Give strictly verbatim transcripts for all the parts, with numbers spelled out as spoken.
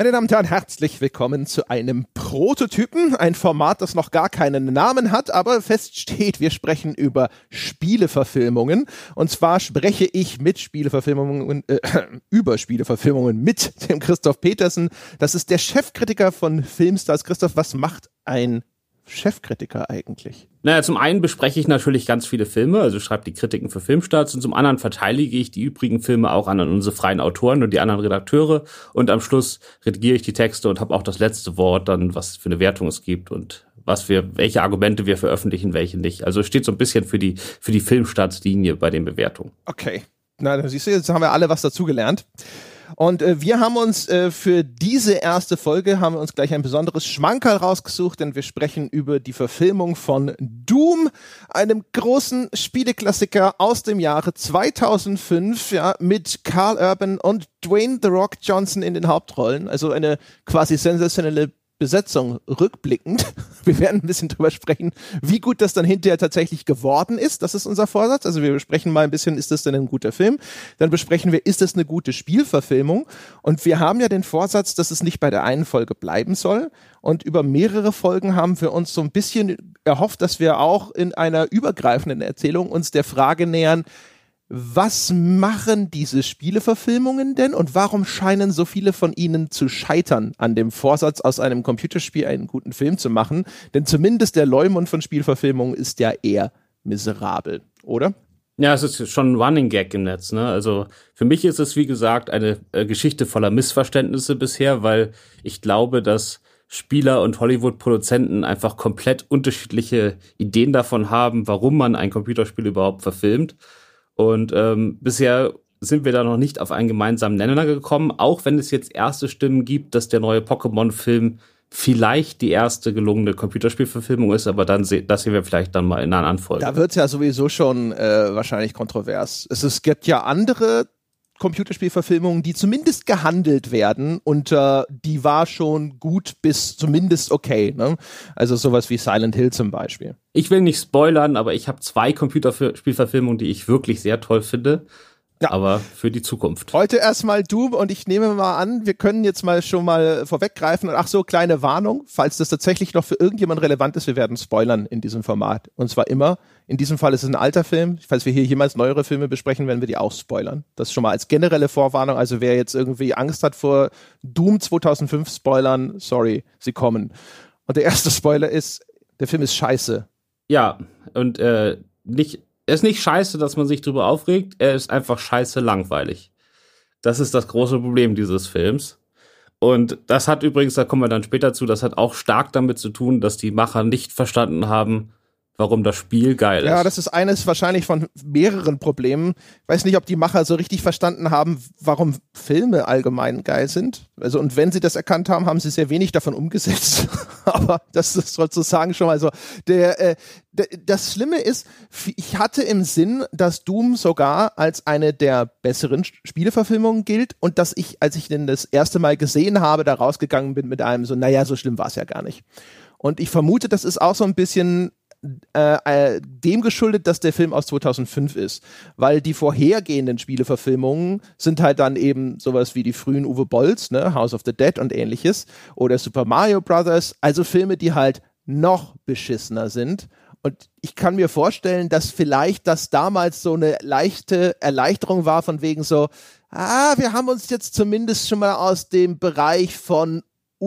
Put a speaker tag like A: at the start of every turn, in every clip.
A: Meine Damen und Herren, herzlich willkommen zu einem Prototypen, ein Format, das noch gar keinen Namen hat, aber fest steht, wir sprechen über Spieleverfilmungen. Und zwar spreche ich mit Spieleverfilmungen, äh, über Spieleverfilmungen mit dem Christoph Petersen. Das ist der Chefkritiker von Filmstars. Christoph, was macht ein Chefkritiker eigentlich?
B: Naja, zum einen bespreche ich natürlich ganz viele Filme, also schreibe die Kritiken für Filmstarts, und zum anderen verteidige ich die übrigen Filme auch an unsere freien Autoren und die anderen Redakteure, und am Schluss redigiere ich die Texte und habe auch das letzte Wort dann, was für eine Wertung es gibt und was wir, welche Argumente wir veröffentlichen, welche nicht. Also es steht so ein bisschen für die für die Filmstartslinie bei den Bewertungen.
A: Okay, na, dann siehst du, jetzt haben wir alle was dazugelernt. Und äh, wir haben uns äh, für diese erste Folge haben wir uns gleich ein besonderes Schmankerl rausgesucht, denn wir sprechen über die Verfilmung von Doom, einem großen Spieleklassiker aus dem Jahre zweitausendfünf, ja, mit Karl Urban und Dwayne The Rock Johnson in den Hauptrollen, also eine quasi sensationelle Besetzung rückblickend. Wir werden ein bisschen drüber sprechen, wie gut das dann hinterher tatsächlich geworden ist. Das ist unser Vorsatz. Also wir besprechen mal ein bisschen, ist das denn ein guter Film? Dann besprechen wir, ist das eine gute Spielverfilmung? Und wir haben ja den Vorsatz, dass es nicht bei der einen Folge bleiben soll. Und über mehrere Folgen haben wir uns so ein bisschen erhofft, dass wir auch in einer übergreifenden Erzählung uns der Frage nähern, was machen diese Spieleverfilmungen denn und warum scheinen so viele von ihnen zu scheitern an dem Vorsatz, aus einem Computerspiel einen guten Film zu machen? Denn zumindest der Leumund von Spielverfilmungen ist ja eher miserabel, oder?
B: Ja, es ist schon ein Running Gag im Netz, ne? Also für mich ist es, wie gesagt, eine äh, Geschichte voller Missverständnisse bisher, weil ich glaube, dass Spieler und Hollywood-Produzenten einfach komplett unterschiedliche Ideen davon haben, warum man ein Computerspiel überhaupt verfilmt. Und ähm, bisher sind wir da noch nicht auf einen gemeinsamen Nenner gekommen, auch wenn es jetzt erste Stimmen gibt, dass der neue Pokémon-Film vielleicht die erste gelungene Computerspielverfilmung ist, aber dann se- das sehen wir vielleicht dann mal in einer anderen Folge.
A: Da wird es ja sowieso schon äh, wahrscheinlich kontrovers. Es, es gibt ja andere Computerspielverfilmungen, die zumindest gehandelt werden und äh, die war schon gut bis zumindest okay, ne? Also sowas wie Silent Hill zum Beispiel.
B: Ich will nicht spoilern, aber ich habe zwei Computerspielverfilmungen, die ich wirklich sehr toll finde. Ja. Aber für die Zukunft.
A: Heute erstmal Doom und ich nehme mal an, wir können jetzt mal schon mal vorweggreifen. Ach so, kleine Warnung, falls das tatsächlich noch für irgendjemand relevant ist, wir werden spoilern in diesem Format. Und zwar immer. In diesem Fall ist es ein alter Film. Falls wir hier jemals neuere Filme besprechen, werden wir die auch spoilern. Das schon mal als generelle Vorwarnung. Also wer jetzt irgendwie Angst hat vor Doom zweitausendfünf Spoilern, sorry, sie kommen. Und der erste Spoiler ist, der Film ist scheiße.
B: Ja, und äh, nicht... Er ist nicht scheiße, dass man sich drüber aufregt, er ist einfach scheiße langweilig. Das ist das große Problem dieses Films. Und das hat übrigens, da kommen wir dann später zu, das hat auch stark damit zu tun, dass die Macher nicht verstanden haben, warum das Spiel geil ist.
A: Ja, das ist eines wahrscheinlich von mehreren Problemen. Ich weiß nicht, ob die Macher so richtig verstanden haben, warum Filme allgemein geil sind. Also, und wenn sie das erkannt haben, haben sie sehr wenig davon umgesetzt. Aber das ist sozusagen schon mal so. Der, äh, der, das Schlimme ist, ich hatte im Sinn, dass Doom sogar als eine der besseren Spieleverfilmungen gilt und dass ich, als ich den das erste Mal gesehen habe, da rausgegangen bin mit einem so, naja, so schlimm war es ja gar nicht. Und ich vermute, das ist auch so ein bisschen Äh, äh, dem geschuldet, dass der Film aus zweitausendfünf ist, weil die vorhergehenden Spieleverfilmungen sind halt dann eben sowas wie die frühen Uwe Bolls, ne, House of the Dead und ähnliches, oder Super Mario Brothers, also Filme, die halt noch beschissener sind. Und ich kann mir vorstellen, dass vielleicht das damals so eine leichte Erleichterung war von wegen so, ah, wir haben uns jetzt zumindest schon mal aus dem Bereich von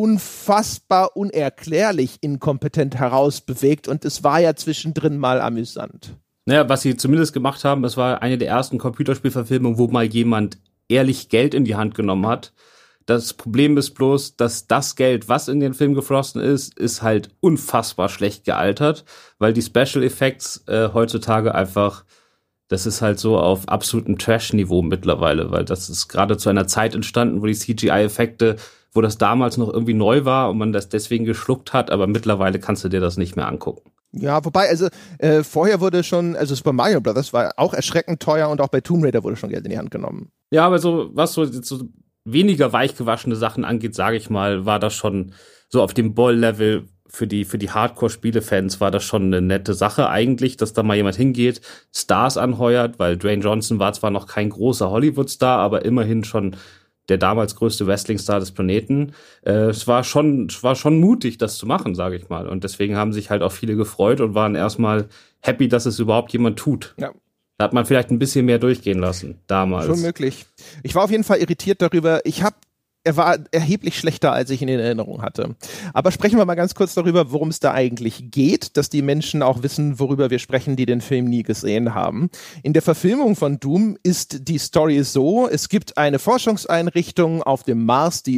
A: unfassbar unerklärlich inkompetent herausbewegt und es war ja zwischendrin mal amüsant.
B: Naja, was sie zumindest gemacht haben, das war eine der ersten Computerspielverfilmungen, wo mal jemand ehrlich Geld in die Hand genommen hat. Das Problem ist bloß, dass das Geld, was in den Film geflossen ist, ist halt unfassbar schlecht gealtert, weil die Special Effects äh, heutzutage einfach, das ist halt so auf absolutem Trash-Niveau mittlerweile, weil das ist gerade zu einer Zeit entstanden, wo die C G I-Effekte, wo das damals noch irgendwie neu war und man das deswegen geschluckt hat, aber mittlerweile kannst du dir das nicht mehr angucken.
A: Ja, wobei, also äh, vorher wurde schon, also Super Mario Brothers war auch erschreckend teuer und auch bei Tomb Raider wurde schon Geld in die Hand genommen.
B: Ja, aber so, was so, so weniger weichgewaschene Sachen angeht, sage ich mal, war das schon so auf dem Boll-Level für die, für die Hardcore-Spiele-Fans war das schon eine nette Sache eigentlich, dass da mal jemand hingeht, Stars anheuert, weil Dwayne Johnson war zwar noch kein großer Hollywood-Star, aber immerhin schon der damals größte Wrestling-Star des Planeten. Äh, es war schon, es war schon mutig, das zu machen, sage ich mal. Und deswegen haben sich halt auch viele gefreut und waren erstmal happy, dass es überhaupt jemand tut. Ja. Da hat man vielleicht ein bisschen mehr durchgehen lassen, damals.
A: Schon möglich. Ich war auf jeden Fall irritiert darüber. Ich habe Er war erheblich schlechter, als ich ihn in Erinnerung hatte. Aber sprechen wir mal ganz kurz darüber, worum es da eigentlich geht, dass die Menschen auch wissen, worüber wir sprechen, die den Film nie gesehen haben. In der Verfilmung von Doom ist die Story so, es gibt eine Forschungseinrichtung auf dem Mars, die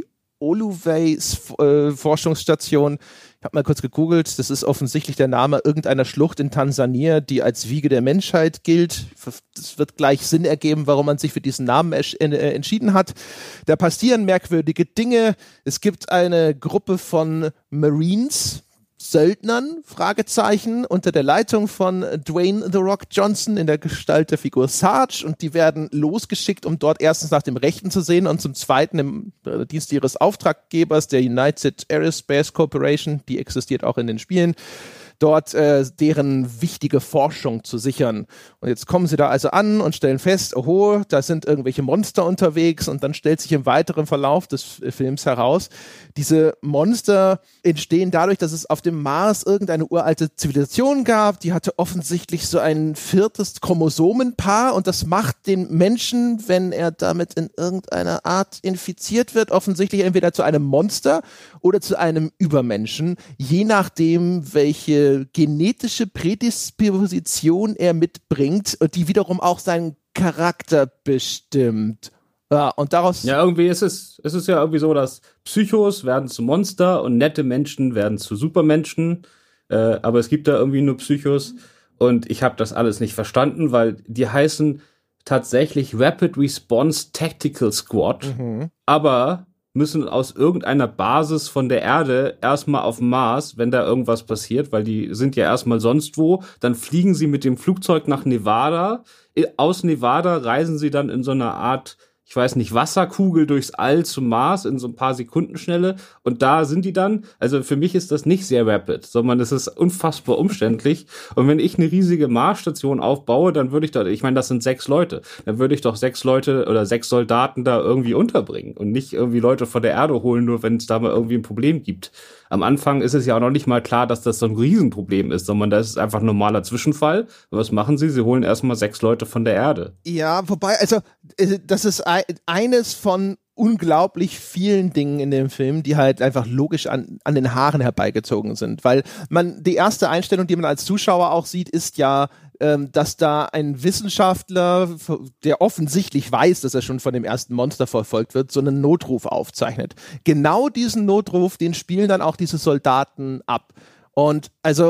A: Oluwey's äh, Forschungsstation. Ich habe mal kurz gegoogelt, das ist offensichtlich der Name irgendeiner Schlucht in Tansania, die als Wiege der Menschheit gilt. Das wird gleich Sinn ergeben, warum man sich für diesen Namen äh, entschieden hat. Da passieren merkwürdige Dinge. Es gibt eine Gruppe von Marines, Söldnern, Fragezeichen, unter der Leitung von Dwayne The Rock Johnson in der Gestalt der Figur Sarge, und die werden losgeschickt, um dort erstens nach dem Rechten zu sehen und zum Zweiten im äh, Dienst ihres Auftraggebers, der United Aerospace Corporation, die existiert auch in den Spielen, dort äh, deren wichtige Forschung zu sichern. Und jetzt kommen sie da also an und stellen fest, oho, da sind irgendwelche Monster unterwegs, und dann stellt sich im weiteren Verlauf des äh, Films heraus, diese Monster entstehen dadurch, dass es auf dem Mars irgendeine uralte Zivilisation gab, die hatte offensichtlich so ein viertes Chromosomenpaar, und das macht den Menschen, wenn er damit in irgendeiner Art infiziert wird, offensichtlich entweder zu einem Monster oder zu einem Übermenschen, je nachdem, welche genetische Prädisposition er mitbringt und die wiederum auch seinen Charakter bestimmt. Ja, und daraus...
B: Ja, irgendwie ist es, ist es ja irgendwie so, dass Psychos werden zu Monster und nette Menschen werden zu Supermenschen, äh, aber es gibt da irgendwie nur Psychos, und ich habe das alles nicht verstanden, weil die heißen tatsächlich Rapid Response Tactical Squad, mhm. aber müssen aus irgendeiner Basis von der Erde erstmal auf Mars, wenn da irgendwas passiert, weil die sind ja erstmal sonst wo, dann fliegen sie mit dem Flugzeug nach Nevada, aus Nevada reisen sie dann in so einer Art, ich weiß nicht, Wasserkugel durchs All zum Mars in so ein paar Sekundenschnelle, und da sind die dann, also für mich ist das nicht sehr rapid, sondern es ist unfassbar umständlich, und wenn ich eine riesige Marsstation aufbaue, dann würde ich da, ich meine, das sind sechs Leute, dann würde ich doch sechs Leute oder sechs Soldaten da irgendwie unterbringen und nicht irgendwie Leute von der Erde holen, nur wenn es da mal irgendwie ein Problem gibt. Am Anfang ist es ja auch noch nicht mal klar, dass das so ein Riesenproblem ist, sondern da ist es einfach ein normaler Zwischenfall. Was machen sie? Sie holen erstmal sechs Leute von der Erde.
A: Ja, wobei, also das ist eines von unglaublich vielen Dingen in dem Film, die halt einfach logisch an, an den Haaren herbeigezogen sind, weil man, die erste Einstellung, die man als Zuschauer auch sieht, ist ja, ähm, dass da ein Wissenschaftler, der offensichtlich weiß, dass er schon von dem ersten Monster verfolgt wird, so einen Notruf aufzeichnet. Genau diesen Notruf, den spielen dann auch diese Soldaten ab. Und also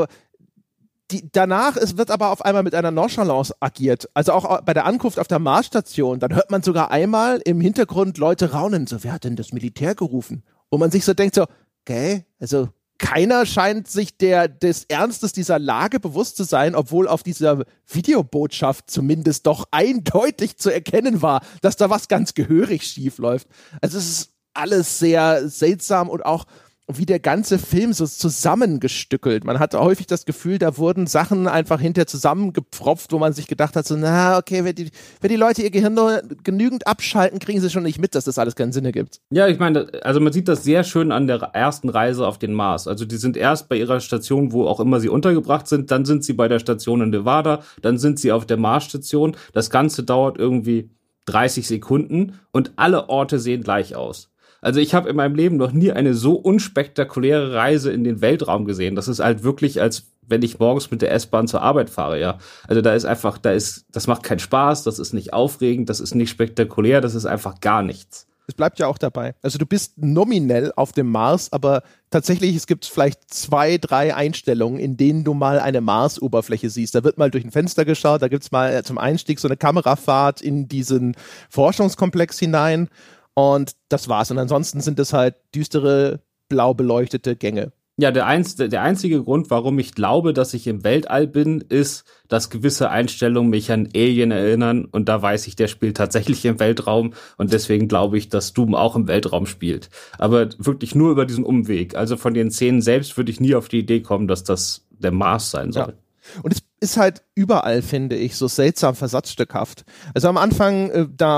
A: Die, danach es wird aber auf einmal mit einer Nonchalance agiert. Also auch bei der Ankunft auf der Marsstation, dann hört man sogar einmal im Hintergrund Leute raunen, so, wer hat denn das Militär gerufen? Und man sich so denkt so, okay, also keiner scheint sich der des Ernstes dieser Lage bewusst zu sein, obwohl auf dieser Videobotschaft zumindest doch eindeutig zu erkennen war, dass da was ganz gehörig schief läuft. Also es ist alles sehr seltsam und auch wie der ganze Film so zusammengestückelt. Man hatte häufig das Gefühl, da wurden Sachen einfach hinterher zusammengepfropft, wo man sich gedacht hat, so, na, okay, wenn die, wenn die Leute ihr Gehirn nur genügend abschalten, kriegen sie schon nicht mit, dass das alles keinen Sinn ergibt.
B: Ja, ich meine, also man sieht das sehr schön an der ersten Reise auf den Mars. Also die sind erst bei ihrer Station, wo auch immer sie untergebracht sind, dann sind sie bei der Station in Nevada, dann sind sie auf der Marsstation. Das Ganze dauert irgendwie dreißig Sekunden und alle Orte sehen gleich aus. Also ich habe in meinem Leben noch nie eine so unspektakuläre Reise in den Weltraum gesehen. Das ist halt wirklich, als wenn ich morgens mit der S-Bahn zur Arbeit fahre, ja. Also da ist einfach, da ist, das macht keinen Spaß, das ist nicht aufregend, das ist nicht spektakulär, das ist einfach gar nichts.
A: Es bleibt ja auch dabei. Also du bist nominell auf dem Mars, aber tatsächlich, es gibt vielleicht zwei, drei Einstellungen, in denen du mal eine Mars-Oberfläche siehst. Da wird mal durch ein Fenster geschaut, da gibt's mal zum Einstieg so eine Kamerafahrt in diesen Forschungskomplex hinein. Und das war's. Und ansonsten sind es halt düstere, blau beleuchtete Gänge.
B: Ja, der, einz, der einzige Grund, warum ich glaube, dass ich im Weltall bin, ist, dass gewisse Einstellungen mich an Alien erinnern. Und da weiß ich, der spielt tatsächlich im Weltraum. Und deswegen glaube ich, dass Doom auch im Weltraum spielt. Aber wirklich nur über diesen Umweg. Also von den Szenen selbst würde ich nie auf die Idee kommen, dass das der Mars sein soll.
A: Ja. Und es ist halt überall, finde ich, so seltsam versatzstückhaft. Also am Anfang, äh, da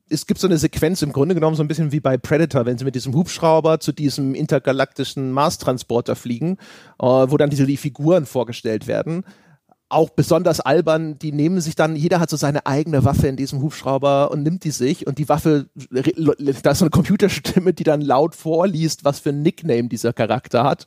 A: es gibt so eine Sequenz im Grunde genommen so ein bisschen wie bei Predator, wenn sie mit diesem Hubschrauber zu diesem intergalaktischen Mars-Transporter fliegen, äh, wo dann diese die Figuren vorgestellt werden. Auch besonders albern, die nehmen sich dann, jeder hat so seine eigene Waffe in diesem Hubschrauber und nimmt die sich und die Waffe, da ist so eine Computerstimme, die dann laut vorliest, was für ein Nickname dieser Charakter hat.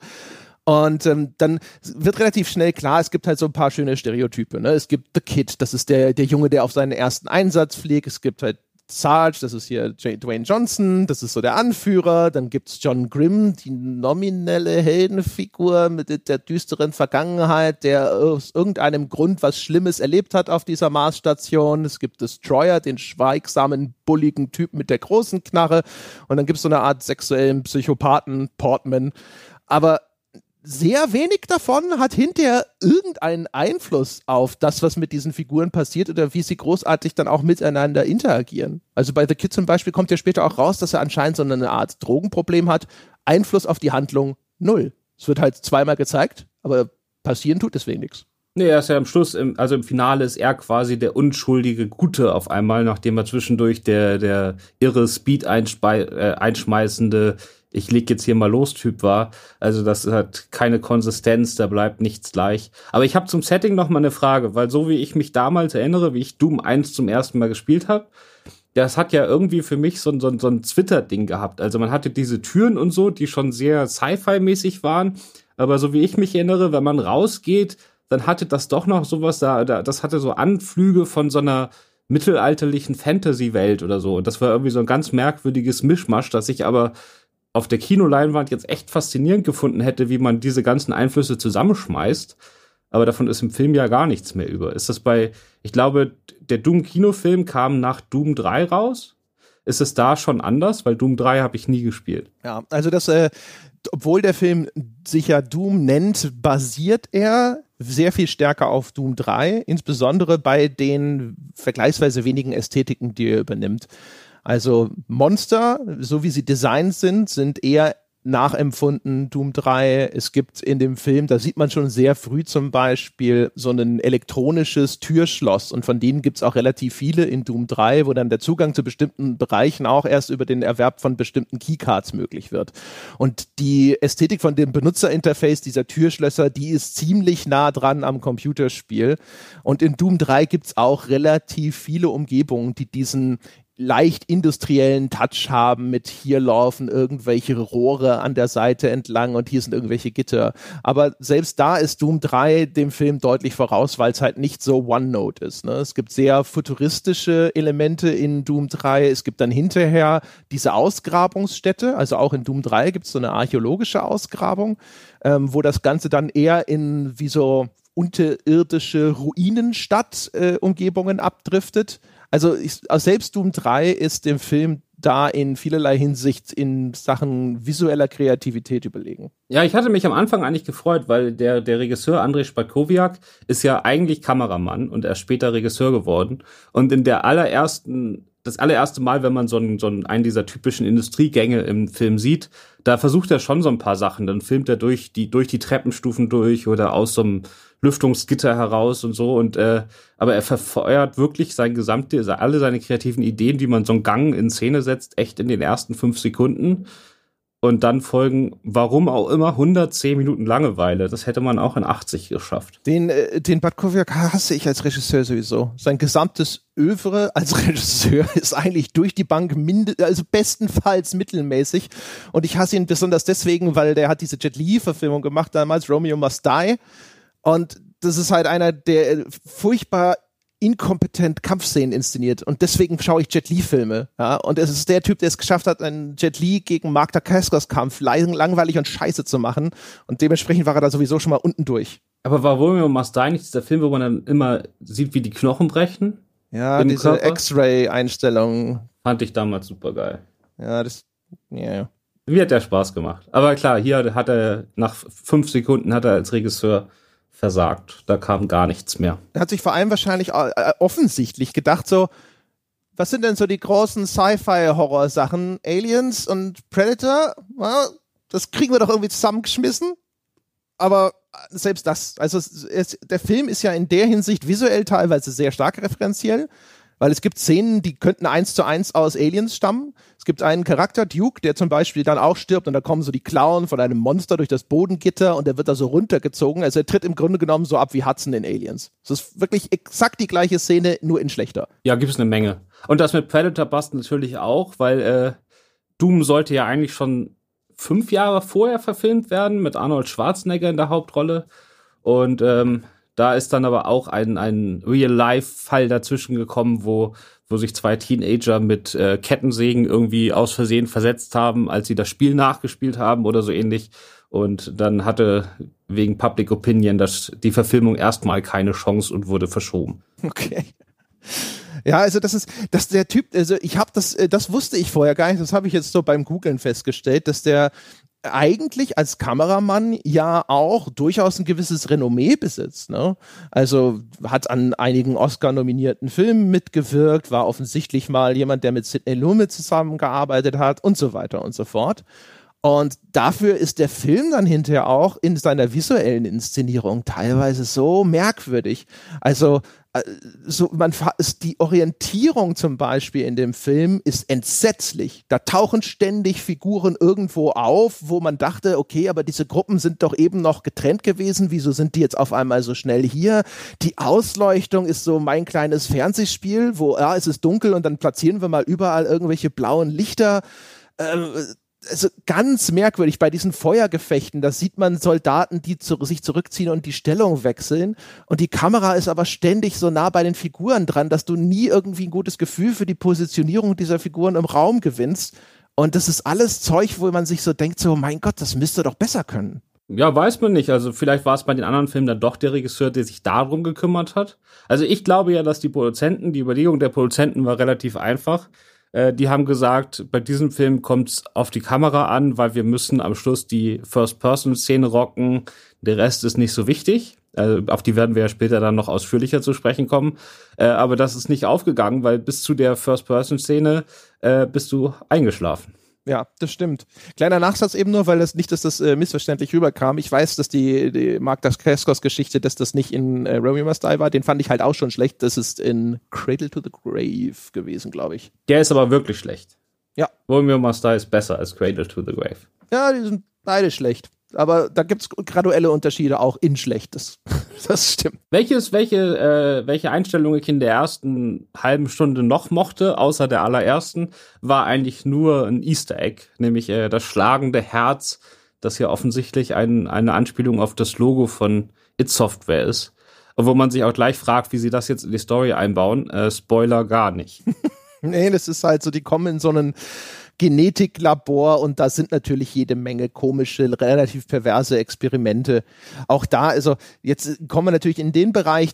A: Und ähm, dann wird relativ schnell klar, es gibt halt so ein paar schöne Stereotype. Ne? Es gibt The Kid, das ist der, der Junge, der auf seinen ersten Einsatz fliegt. Es gibt halt Sarge, das ist hier Dwayne Johnson, das ist so der Anführer. Dann gibt's John Grimm, die nominelle Heldenfigur mit der düsteren Vergangenheit, der aus irgendeinem Grund was Schlimmes erlebt hat auf dieser Marsstation. Es gibt Destroyer, den schweigsamen, bulligen Typ mit der großen Knarre. Und dann gibt's so eine Art sexuellen Psychopathen, Portman. Aber sehr wenig davon hat hinterher irgendeinen Einfluss auf das, was mit diesen Figuren passiert oder wie sie großartig dann auch miteinander interagieren. Also bei The Kid zum Beispiel kommt ja später auch raus, dass er anscheinend so eine Art Drogenproblem hat. Einfluss auf die Handlung null. Es wird halt zweimal gezeigt, aber passieren tut deswegen nichts.
B: Nee, er ist ja am Schluss, im, also im Finale ist er quasi der unschuldige Gute auf einmal, nachdem er zwischendurch der, der irre Speed einspei- äh, einschmeißende ich leg jetzt hier mal los Typ war. Also das hat keine Konsistenz, da bleibt nichts gleich. Aber ich habe zum Setting noch mal eine Frage, weil so wie ich mich damals erinnere, wie ich Doom eins zum ersten Mal gespielt habe, das hat ja irgendwie für mich so ein, so ein, so ein Twitter-Ding gehabt. Also man hatte diese Türen und so, die schon sehr Sci-Fi-mäßig waren. Aber so wie ich mich erinnere, wenn man rausgeht, dann hatte das doch noch sowas da, da das hatte so Anflüge von so einer mittelalterlichen Fantasy-Welt oder so. Und das war irgendwie so ein ganz merkwürdiges Mischmasch, das ich aber auf der Kinoleinwand jetzt echt faszinierend gefunden hätte, wie man diese ganzen Einflüsse zusammenschmeißt. Aber davon ist im Film ja gar nichts mehr über. Ist das bei, ich glaube, der Doom-Kinofilm kam nach Doom drei raus. Ist es da schon anders? Weil Doom drei habe ich nie gespielt.
A: Ja, also das, äh, obwohl der Film sich ja Doom nennt, basiert er sehr viel stärker auf Doom drei, insbesondere bei den vergleichsweise wenigen Ästhetiken, die er übernimmt. Also Monster, so wie sie designt sind, sind eher nachempfunden Doom drei. Es gibt in dem Film, da sieht man schon sehr früh zum Beispiel so ein elektronisches Türschloss und von denen gibt's auch relativ viele in Doom drei, wo dann der Zugang zu bestimmten Bereichen auch erst über den Erwerb von bestimmten Keycards möglich wird. Und die Ästhetik von dem Benutzerinterface dieser Türschlösser, die ist ziemlich nah dran am Computerspiel. Und in Doom drei gibt's auch relativ viele Umgebungen, die diesen leicht industriellen Touch haben mit hier laufen irgendwelche Rohre an der Seite entlang und hier sind irgendwelche Gitter. Aber selbst da ist Doom drei dem Film deutlich voraus, weil es halt nicht so One-Note ist. Ne? Es gibt sehr futuristische Elemente in Doom drei. Es gibt dann hinterher diese Ausgrabungsstätte, also auch in Doom drei gibt es so eine archäologische Ausgrabung, ähm, wo das Ganze dann eher in wie so unterirdische Ruinenstadt-Umgebungen äh, abdriftet. Also ich, selbst Doom drei ist dem Film da in vielerlei Hinsicht in Sachen visueller Kreativität überlegen.
B: Ja, ich hatte mich am Anfang eigentlich gefreut, weil der, der Regisseur Andrzej Szpakowicz ist ja eigentlich Kameramann und er ist später Regisseur geworden. Und in der allerersten, das allererste Mal, wenn man so einen, so einen, einen dieser typischen Industriegänge im Film sieht, da versucht er schon so ein paar Sachen. Dann filmt er durch die, durch die Treppenstufen durch oder aus so einem Lüftungsgitter heraus und so und äh, aber er verfeuert wirklich sein gesamte, alle seine kreativen Ideen, wie man so einen Gang in Szene setzt, echt in den ersten fünf Sekunden und dann folgen, warum auch immer, hundertzehn Minuten Langeweile. Das hätte man auch in achtzig geschafft.
A: Den, äh, den Szpakowicz hasse ich als Regisseur sowieso. Sein gesamtes Övre als Regisseur ist eigentlich durch die Bank minde, also bestenfalls mittelmäßig und ich hasse ihn besonders deswegen, weil der hat diese Jet Li-Verfilmung gemacht damals, Romeo Must Die. Und das ist halt einer, der furchtbar inkompetent Kampfszenen inszeniert. Und deswegen schaue ich Jet Li-Filme. Ja? Und es ist der Typ, der es geschafft hat, einen Jet Li gegen Mark Dacascos Kampf lang, langweilig und scheiße zu machen. Und dementsprechend war er da sowieso schon mal unten durch.
B: Aber war Romeo Must Die nicht dieser Film, wo man dann immer sieht, wie die Knochen brechen?
A: Ja, diese X-Ray-Einstellung.
B: Fand ich damals super geil.
A: Ja, das, ja, yeah.
B: Mir hat der Spaß gemacht. Aber klar, hier hat er, nach fünf Sekunden hat er als Regisseur versagt. Da kam gar nichts mehr.
A: Er hat sich vor allem wahrscheinlich äh, offensichtlich gedacht so, was sind denn so die großen Sci-Fi-Horror-Sachen? Aliens und Predator? Ja, das kriegen wir doch irgendwie zusammengeschmissen. Aber selbst das, also es, es, der Film ist ja in der Hinsicht visuell teilweise sehr stark referenziell. Weil es gibt Szenen, die könnten eins zu eins aus Aliens stammen. Es gibt einen Charakter, Duke, der zum Beispiel dann auch stirbt und da kommen so die Klauen von einem Monster durch das Bodengitter und der wird da so runtergezogen. Also er tritt im Grunde genommen so ab wie Hudson in Aliens. Es ist wirklich exakt die gleiche Szene, nur in schlechter.
B: Ja, gibt es eine Menge. Und das mit Predator passt natürlich auch, weil äh, Doom sollte ja eigentlich schon fünf Jahre vorher verfilmt werden mit Arnold Schwarzenegger in der Hauptrolle. Und ähm, da ist dann aber auch ein, ein Real-Life-Fall dazwischen gekommen, wo, wo sich zwei Teenager mit äh, Kettensägen irgendwie aus Versehen versetzt haben, als sie das Spiel nachgespielt haben oder so ähnlich. Und dann hatte wegen Public Opinion das, die Verfilmung erstmal keine Chance und wurde verschoben.
A: Okay. Ja, also das ist, dass der Typ, also ich habe das, das wusste ich vorher gar nicht, das habe ich jetzt so beim Googlen festgestellt, dass der eigentlich als Kameramann ja auch durchaus ein gewisses Renommee besitzt, ne? Also hat an einigen Oscar-nominierten Filmen mitgewirkt, war offensichtlich mal jemand, der mit Sidney Lumet zusammengearbeitet hat und so weiter und so fort. Und dafür ist der Film dann hinterher auch in seiner visuellen Inszenierung teilweise so merkwürdig. Also so, man ist die Orientierung zum Beispiel in dem Film ist entsetzlich. Da tauchen ständig Figuren irgendwo auf, wo man dachte, okay, aber diese Gruppen sind doch eben noch getrennt gewesen. Wieso sind die jetzt auf einmal so schnell hier? Die Ausleuchtung ist so mein kleines Fernsehspiel, wo ja, es ist dunkel und dann platzieren wir mal überall irgendwelche blauen Lichter. Ähm, Also ganz merkwürdig bei diesen Feuergefechten, da sieht man Soldaten, die zu, sich zurückziehen und die Stellung wechseln und die Kamera ist aber ständig so nah bei den Figuren dran, dass du nie irgendwie ein gutes Gefühl für die Positionierung dieser Figuren im Raum gewinnst und das ist alles Zeug, wo man sich so denkt, so mein Gott, das müsste doch besser können.
B: Ja, weiß man nicht. Also vielleicht war es bei den anderen Filmen dann doch der Regisseur, der sich darum gekümmert hat. Also ich glaube ja, dass die Produzenten, die Überlegung der Produzenten war relativ einfach. Die haben gesagt, bei diesem Film kommt es auf die Kamera an, weil wir müssen am Schluss die First-Person-Szene rocken. Der Rest ist nicht so wichtig. Also auf die werden wir ja später dann noch ausführlicher zu sprechen kommen. Äh, aber das ist nicht aufgegangen, weil bis zu der First-Person-Szene äh, bist du eingeschlafen.
A: Ja, das stimmt. Kleiner Nachsatz eben nur, weil das nicht, dass das äh, missverständlich rüberkam. Ich weiß, dass die, die Mark Dacascos-Geschichte, dass das nicht in äh, Romeo Must Die war, den fand ich halt auch schon schlecht. Das ist in Cradle to the Grave gewesen, glaube ich.
B: Der ist aber wirklich schlecht.
A: Ja.
B: Romeo Must Die ist besser als Cradle to the Grave.
A: Ja, die sind beide schlecht. Aber da gibt's graduelle Unterschiede auch in schlecht. Das, das stimmt.
B: Welches, welche, äh, welche Einstellung ich in der ersten halben Stunde noch mochte, außer der allerersten, war eigentlich nur ein Easter Egg, nämlich äh, das schlagende Herz, das ja offensichtlich ein, eine Anspielung auf das Logo von id Software ist. Und wo man sich auch gleich fragt, wie sie das jetzt in die Story einbauen. Äh, Spoiler gar nicht.
A: Nee, das ist halt so, die kommen in so einen Genetiklabor und da sind natürlich jede Menge komische, relativ perverse Experimente. Auch da, also jetzt kommen wir natürlich in den Bereich,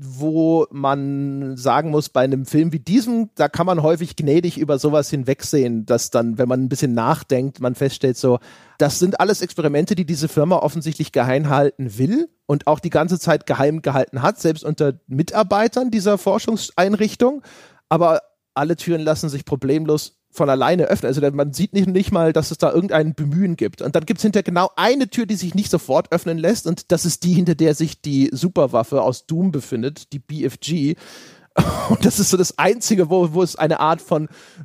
A: wo man sagen muss, bei einem Film wie diesem, da kann man häufig gnädig über sowas hinwegsehen, dass dann, wenn man ein bisschen nachdenkt, man feststellt so, das sind alles Experimente, die diese Firma offensichtlich geheim halten will und auch die ganze Zeit geheim gehalten hat, selbst unter Mitarbeitern dieser Forschungseinrichtung, aber alle Türen lassen sich problemlos von alleine öffnen. Also man sieht nicht, nicht mal, dass es da irgendein Bemühen gibt. Und dann gibt es hinter genau eine Tür, die sich nicht sofort öffnen lässt und das ist die, hinter der sich die Superwaffe aus Doom befindet, die B F G. Und das ist so das Einzige, wo, wo es eine Art von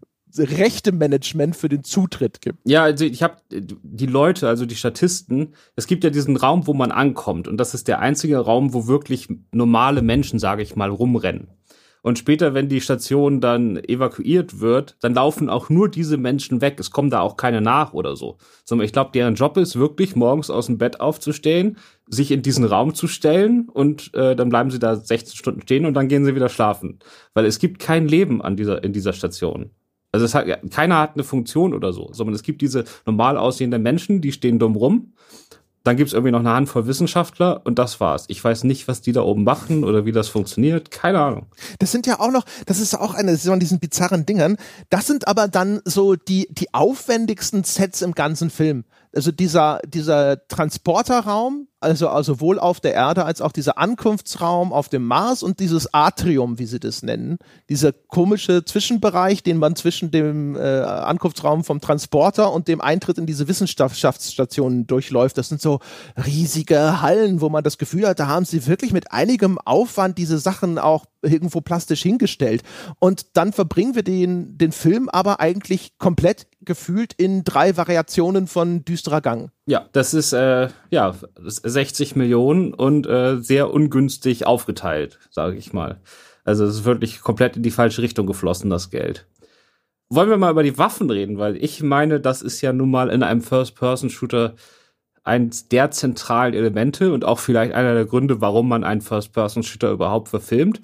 A: Rechte-Management für den Zutritt gibt.
B: Ja, also ich habe die Leute, also die Statisten, es gibt ja diesen Raum, wo man ankommt und das ist der einzige Raum, wo wirklich normale Menschen, sage ich mal, rumrennen. Und später, wenn die Station dann evakuiert wird, dann laufen auch nur diese Menschen weg. Es kommen da auch keine nach oder so. Sondern ich glaube, deren Job ist wirklich, morgens aus dem Bett aufzustehen, sich in diesen Raum zu stellen und äh, dann bleiben sie da sechzehn Stunden stehen und dann gehen sie wieder schlafen. Weil es gibt kein Leben an dieser, in dieser Station. Also es hat, keiner hat eine Funktion oder so, sondern es gibt diese normal aussehenden Menschen, die stehen dumm rum. Dann gibt's irgendwie noch eine Handvoll Wissenschaftler und das war's. Ich weiß nicht, was die da oben machen oder wie das funktioniert. Keine Ahnung.
A: Das sind ja auch noch, das ist auch eine von diesen bizarren Dingern. Das sind aber dann so die, die aufwendigsten Sets im ganzen Film. Also dieser, dieser Transporterraum, also, also sowohl auf der Erde als auch dieser Ankunftsraum auf dem Mars und dieses Atrium, wie sie das nennen. Dieser komische Zwischenbereich, den man zwischen dem äh, Ankunftsraum vom Transporter und dem Eintritt in diese Wissenschaftsstationen durchläuft. Das sind so riesige Hallen, wo man das Gefühl hat, da haben sie wirklich mit einigem Aufwand diese Sachen auch irgendwo plastisch hingestellt. Und dann verbringen wir den, den Film aber eigentlich komplett gefühlt in drei Variationen von Düsterer Gang.
B: Ja, das ist äh, ja sechzig Millionen und äh, sehr ungünstig aufgeteilt, sage ich mal. Also es ist wirklich komplett in die falsche Richtung geflossen, das Geld. Wollen wir mal über die Waffen reden, weil ich meine, das ist ja nun mal in einem First-Person-Shooter eines der zentralen Elemente und auch vielleicht einer der Gründe, warum man einen First-Person-Shooter überhaupt verfilmt.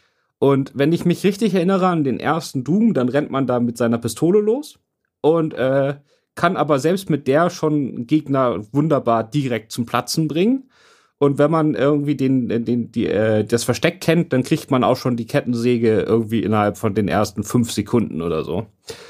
B: Und wenn ich mich richtig erinnere an den ersten Doom, dann rennt man da mit seiner Pistole los und äh, kann aber selbst mit der schon Gegner wunderbar direkt zum Platzen bringen. Und wenn man irgendwie den, den, die, äh, das Versteck kennt, dann kriegt man auch schon die Kettensäge irgendwie innerhalb von den ersten fünf Sekunden oder so.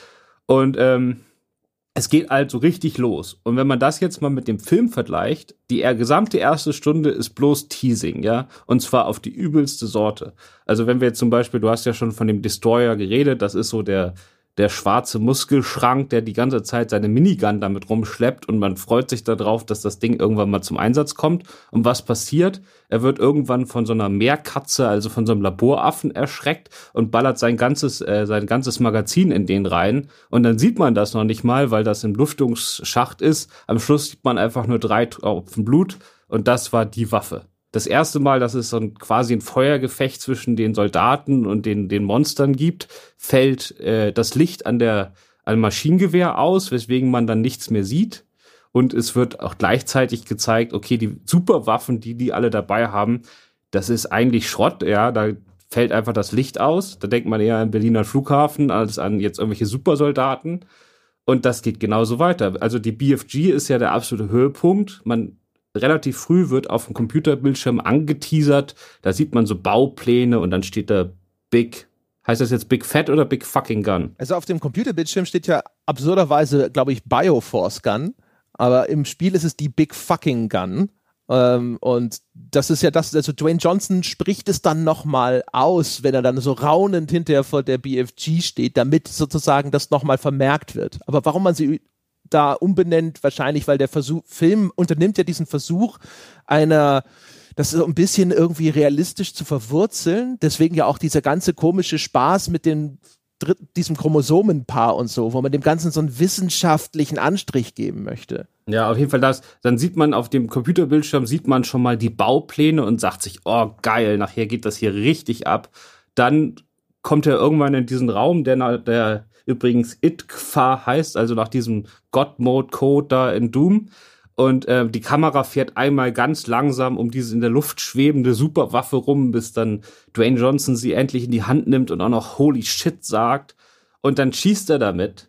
B: Und ähm, es geht also richtig los. Und wenn man das jetzt mal mit dem Film vergleicht, die gesamte erste Stunde ist bloß Teasing, ja, und zwar auf die übelste Sorte. Also wenn wir jetzt zum Beispiel, du hast ja schon von dem Destroyer geredet, das ist so der der schwarze Muskelschrank, der die ganze Zeit seine Minigun damit rumschleppt und man freut sich darauf, dass das Ding irgendwann mal zum Einsatz kommt. Und was passiert? Er wird irgendwann von so einer Meerkatze, also von so einem Laboraffen erschreckt und ballert sein ganzes, äh, sein ganzes Magazin in den rein. Und dann sieht man das noch nicht mal, weil das im Lüftungsschacht ist. Am Schluss sieht man einfach nur drei Tropfen Blut und das war die Waffe. Das erste Mal, dass es so ein, quasi ein Feuergefecht zwischen den Soldaten und den, den Monstern gibt, fällt äh, das Licht an der an Maschinengewehr aus, weswegen man dann nichts mehr sieht. Und es wird auch gleichzeitig gezeigt, okay, die Superwaffen, die die alle dabei haben, das ist eigentlich Schrott, ja, da fällt einfach das Licht aus. Da denkt man eher an Berliner Flughafen als an jetzt irgendwelche Supersoldaten. Und das geht genauso weiter. Also die B F G ist ja der absolute Höhepunkt. Man relativ früh wird auf dem Computerbildschirm angeteasert, da sieht man so Baupläne und dann steht da Big, heißt das jetzt Big Fat oder Big Fucking Gun?
A: Also auf dem Computerbildschirm steht ja absurderweise, glaube ich, Bioforce Gun, aber im Spiel ist es die Big Fucking Gun. Ähm, und das ist ja das, also Dwayne Johnson spricht es dann nochmal aus, wenn er dann so raunend hinterher vor der B F G steht, damit sozusagen das nochmal vermerkt wird. Aber warum man sie da umbenennt, wahrscheinlich, weil der Versuch, Film unternimmt ja diesen Versuch einer, das so ein bisschen irgendwie realistisch zu verwurzeln, deswegen ja auch dieser ganze komische Spaß mit dem diesem Chromosomenpaar und so, wo man dem Ganzen so einen wissenschaftlichen Anstrich geben möchte.
B: Ja, auf jeden Fall das, dann sieht man auf dem Computerbildschirm, sieht man schon mal die Baupläne und sagt sich, oh geil, nachher geht das hier richtig ab. Dann kommt er irgendwann in diesen Raum, der, der übrigens It-Kfa heißt, also nach diesem God-Mode-Code da in Doom. Und äh, die Kamera fährt einmal ganz langsam um diese in der Luft schwebende Superwaffe rum, bis dann Dwayne Johnson sie endlich in die Hand nimmt und auch noch Holy Shit sagt. Und dann schießt er damit.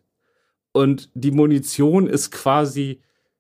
B: Und die Munition ist quasi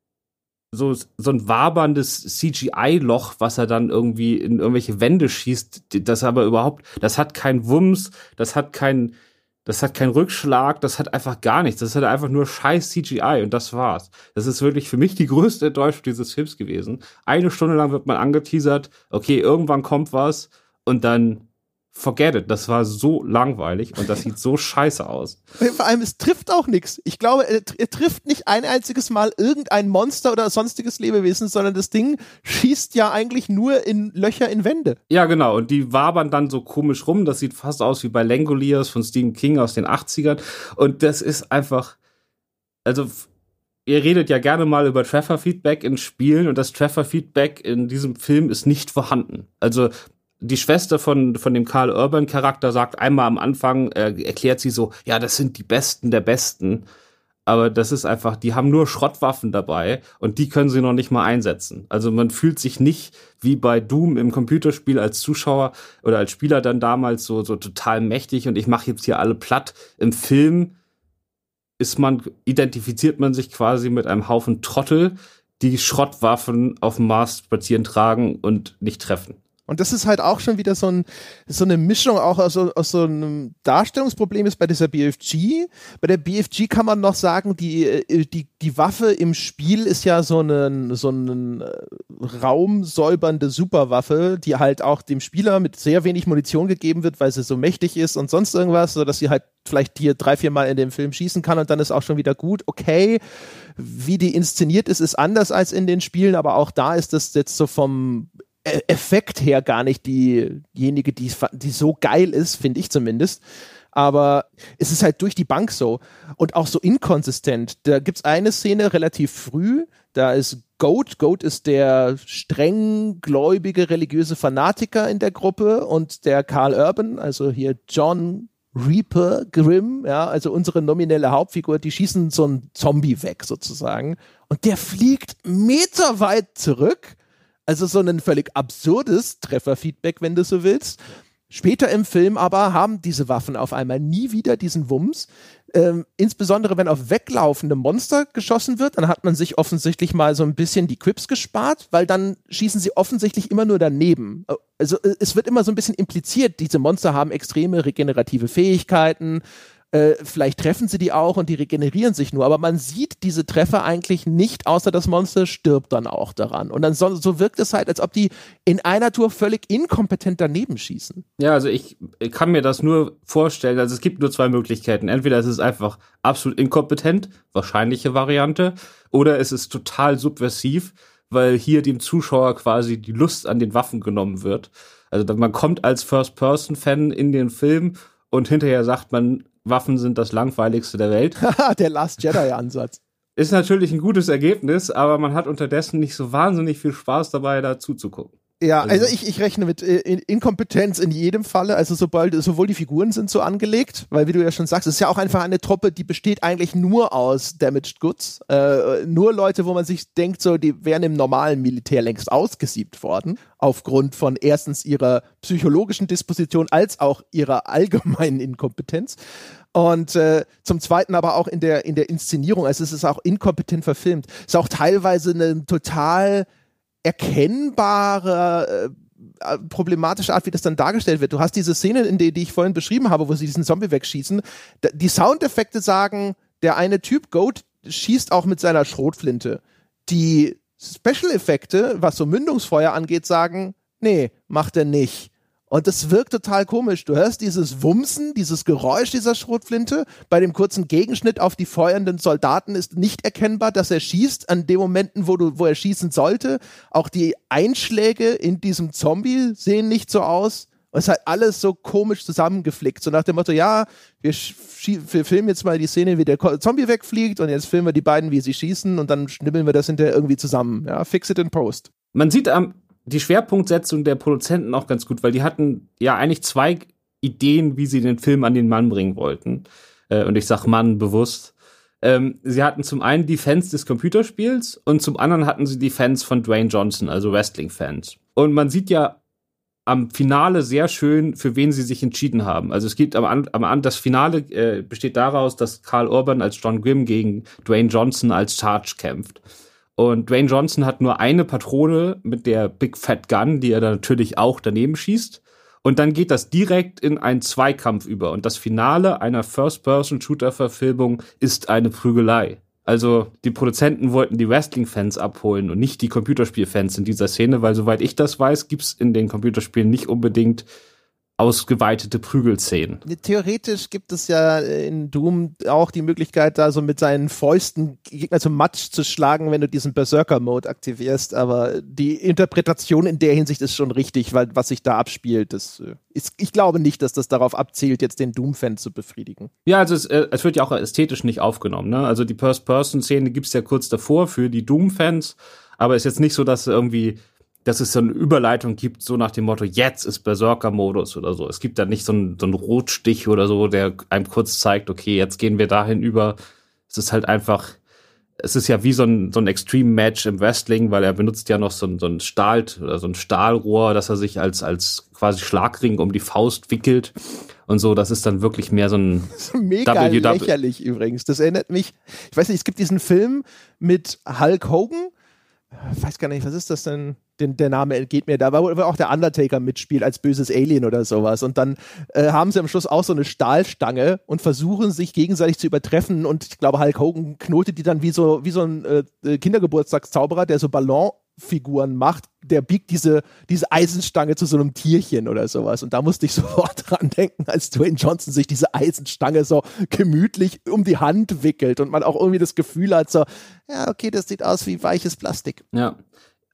B: so, so ein waberndes C G I-Loch, was er dann irgendwie in irgendwelche Wände schießt. Das aber überhaupt, das hat keinen Wumms, das hat keinen Das hat keinen Rückschlag, das hat einfach gar nichts. Das hat einfach nur scheiß C G I und das war's. Das ist wirklich für mich die größte Enttäuschung dieses Films gewesen. Eine Stunde lang wird man angeteasert, okay, irgendwann kommt was und dann forget it. Das war so langweilig und das sieht so scheiße aus.
A: Vor allem, es trifft auch nichts. Ich glaube, er, er trifft nicht ein einziges Mal irgendein Monster oder sonstiges Lebewesen, sondern das Ding schießt ja eigentlich nur in Löcher in Wände.
B: Ja, genau. Und die wabern dann so komisch rum. Das sieht fast aus wie bei Langoliers von Stephen King aus den achtzigern. Und das ist einfach, also ihr redet ja gerne mal über Treffer-Feedback in Spielen und das Treffer-Feedback in diesem Film ist nicht vorhanden. Also die Schwester von, von dem Karl Urban-Charakter sagt einmal am Anfang, äh, erklärt sie so, ja, das sind die Besten der Besten. Aber das ist einfach, die haben nur Schrottwaffen dabei und die können sie noch nicht mal einsetzen. Also man fühlt sich nicht wie bei Doom im Computerspiel als Zuschauer oder als Spieler dann damals so, so total mächtig und ich mache jetzt hier alle platt. Im Film ist man, identifiziert man sich quasi mit einem Haufen Trottel, die Schrottwaffen auf dem Mars spazieren tragen und nicht treffen.
A: Und das ist halt auch schon wieder so, ein, so eine Mischung auch aus, aus so einem Darstellungsproblem ist bei dieser B F G. Bei der B F G kann man noch sagen, die, die, die Waffe im Spiel ist ja so eine so eine raumsäubernde Superwaffe, die halt auch dem Spieler mit sehr wenig Munition gegeben wird, weil sie so mächtig ist und sonst irgendwas, sodass sie halt vielleicht hier drei, vier Mal in dem Film schießen kann und dann ist auch schon wieder gut. Okay, wie die inszeniert ist, ist anders als in den Spielen, aber auch da ist das jetzt so vom Effekt her gar nicht die, diejenige, die, die so geil ist, finde ich zumindest. Aber es ist halt durch die Bank so und auch so inkonsistent. Da gibt's eine Szene relativ früh, da ist Goat. Goat ist der streng gläubige religiöse Fanatiker in der Gruppe und der Karl Urban, also hier John Reaper Grimm, ja, also unsere nominelle Hauptfigur, die schießen so einen Zombie weg sozusagen und der fliegt meterweit zurück. Also so ein völlig absurdes Trefferfeedback, wenn du so willst. Später im Film aber haben diese Waffen auf einmal nie wieder diesen Wumms. Ähm, insbesondere wenn auf weglaufende Monster geschossen wird, dann hat man sich offensichtlich mal so ein bisschen die Quips gespart, weil dann schießen sie offensichtlich immer nur daneben. Also es wird immer so ein bisschen impliziert, diese Monster haben extreme regenerative Fähigkeiten, äh, vielleicht treffen sie die auch und die regenerieren sich nur, aber man sieht diese Treffer eigentlich nicht, außer das Monster stirbt dann auch daran. Und dann so, so wirkt es halt, als ob die in einer Tour völlig inkompetent daneben schießen.
B: Ja, also ich, ich kann mir das nur vorstellen, also es gibt nur zwei Möglichkeiten. Entweder es ist einfach absolut inkompetent, wahrscheinliche Variante, oder es ist total subversiv, weil hier dem Zuschauer quasi die Lust an den Waffen genommen wird. Also man kommt als First-Person-Fan in den Film und hinterher sagt man, Waffen sind das langweiligste der Welt.
A: Der Last Jedi-Ansatz.
B: Ist natürlich ein gutes Ergebnis, aber man hat unterdessen nicht so wahnsinnig viel Spaß dabei, da zuzugucken.
A: Ja, also ich, ich rechne mit äh, Inkompetenz in jedem Falle, also sobald, sowohl die Figuren sind so angelegt, weil wie du ja schon sagst, es ist ja auch einfach eine Truppe, die besteht eigentlich nur aus Damaged Goods, äh, nur Leute, wo man sich denkt, so, die wären im normalen Militär längst ausgesiebt worden, aufgrund von erstens ihrer psychologischen Disposition als auch ihrer allgemeinen Inkompetenz. Und äh, zum Zweiten aber auch in der, in der Inszenierung, also es ist auch inkompetent verfilmt. Es ist auch teilweise eine total erkennbare, äh, problematische Art, wie das dann dargestellt wird. Du hast diese Szene, in der, die ich vorhin beschrieben habe, wo sie diesen Zombie wegschießen. Da, die Soundeffekte sagen, der eine Typ, Goat, schießt auch mit seiner Schrotflinte. Die Special-Effekte, was so Mündungsfeuer angeht, sagen, nee, macht er nicht. Und das wirkt total komisch. Du hörst dieses Wumsen, dieses Geräusch dieser Schrotflinte. Bei dem kurzen Gegenschnitt auf die feuernden Soldaten ist nicht erkennbar, dass er schießt an den Momenten, wo, du, wo er schießen sollte. Auch die Einschläge in diesem Zombie sehen nicht so aus. Und es ist halt alles so komisch zusammengeflickt. So nach dem Motto, ja, wir, wir filmen jetzt mal die Szene, wie der Zombie wegfliegt und jetzt filmen wir die beiden, wie sie schießen und dann schnibbeln wir das hinterher irgendwie zusammen. Ja, fix it in post.
B: Man sieht am die Schwerpunktsetzung der Produzenten auch ganz gut, weil die hatten ja eigentlich zwei Ideen, wie sie den Film an den Mann bringen wollten. Äh, und ich sag Mann bewusst. Ähm, sie hatten zum einen die Fans des Computerspiels und zum anderen hatten sie die Fans von Dwayne Johnson, also Wrestling-Fans. Und man sieht ja am Finale sehr schön, für wen sie sich entschieden haben. Also es gibt am Anfang, das Finale äh, besteht daraus, dass Karl Urban als John Grimm gegen Dwayne Johnson als Charge kämpft. Und Dwayne Johnson hat nur eine Patrone mit der Big Fat Gun, die er dann natürlich auch daneben schießt. Und dann geht das direkt in einen Zweikampf über. Und das Finale einer First-Person-Shooter-Verfilmung ist eine Prügelei. Also die Produzenten wollten die Wrestling-Fans abholen und nicht die Computerspiel-Fans in dieser Szene, weil soweit ich das weiß, gibt's in den Computerspielen nicht unbedingt ausgeweitete Prügelszenen.
A: Theoretisch gibt es ja in Doom auch die Möglichkeit, da so mit seinen Fäusten Gegner zum Matsch zu schlagen, wenn du diesen Berserker-Mode aktivierst, aber die Interpretation in der Hinsicht ist schon richtig, weil was sich da abspielt, das ist, ich glaube nicht, dass das darauf abzielt, jetzt den Doom-Fan zu befriedigen.
B: Ja, also es, es wird ja auch ästhetisch nicht aufgenommen, ne? Also die First-Person-Szene gibt's ja kurz davor für die Doom-Fans, aber es ist jetzt nicht so, dass irgendwie dass es so eine Überleitung gibt, so nach dem Motto, jetzt ist Berserker-Modus oder so. Es gibt da nicht so einen, so einen Rotstich oder so, der einem kurz zeigt, okay, jetzt gehen wir dahin über. Es ist halt einfach, es ist ja wie so ein, so ein Extreme-Match im Wrestling, weil er benutzt ja noch so ein, so ein Stahl oder so ein Stahlrohr, dass er sich als, als quasi Schlagring um die Faust wickelt und so. Das ist dann wirklich mehr so ein
A: das ist mega W W. Lächerlich übrigens. Das erinnert mich, ich weiß nicht, es gibt diesen Film mit Hulk Hogan. Ich weiß gar nicht, was ist das denn? Den, der Name entgeht mir. Da war wo auch der Undertaker mitspielt als böses Alien oder sowas. Und dann äh, haben sie am Schluss auch so eine Stahlstange und versuchen sich gegenseitig zu übertreffen. Und ich glaube, Hulk Hogan knotet die dann wie so, wie so ein äh, Kindergeburtstagszauberer, der so Ballonfiguren macht. Der biegt diese, diese Eisenstange zu so einem Tierchen oder sowas. Und da musste ich sofort dran denken, als Dwayne Johnson sich diese Eisenstange so gemütlich um die Hand wickelt und man auch irgendwie das Gefühl hat, so, ja, okay, das sieht aus wie weiches Plastik.
B: Ja.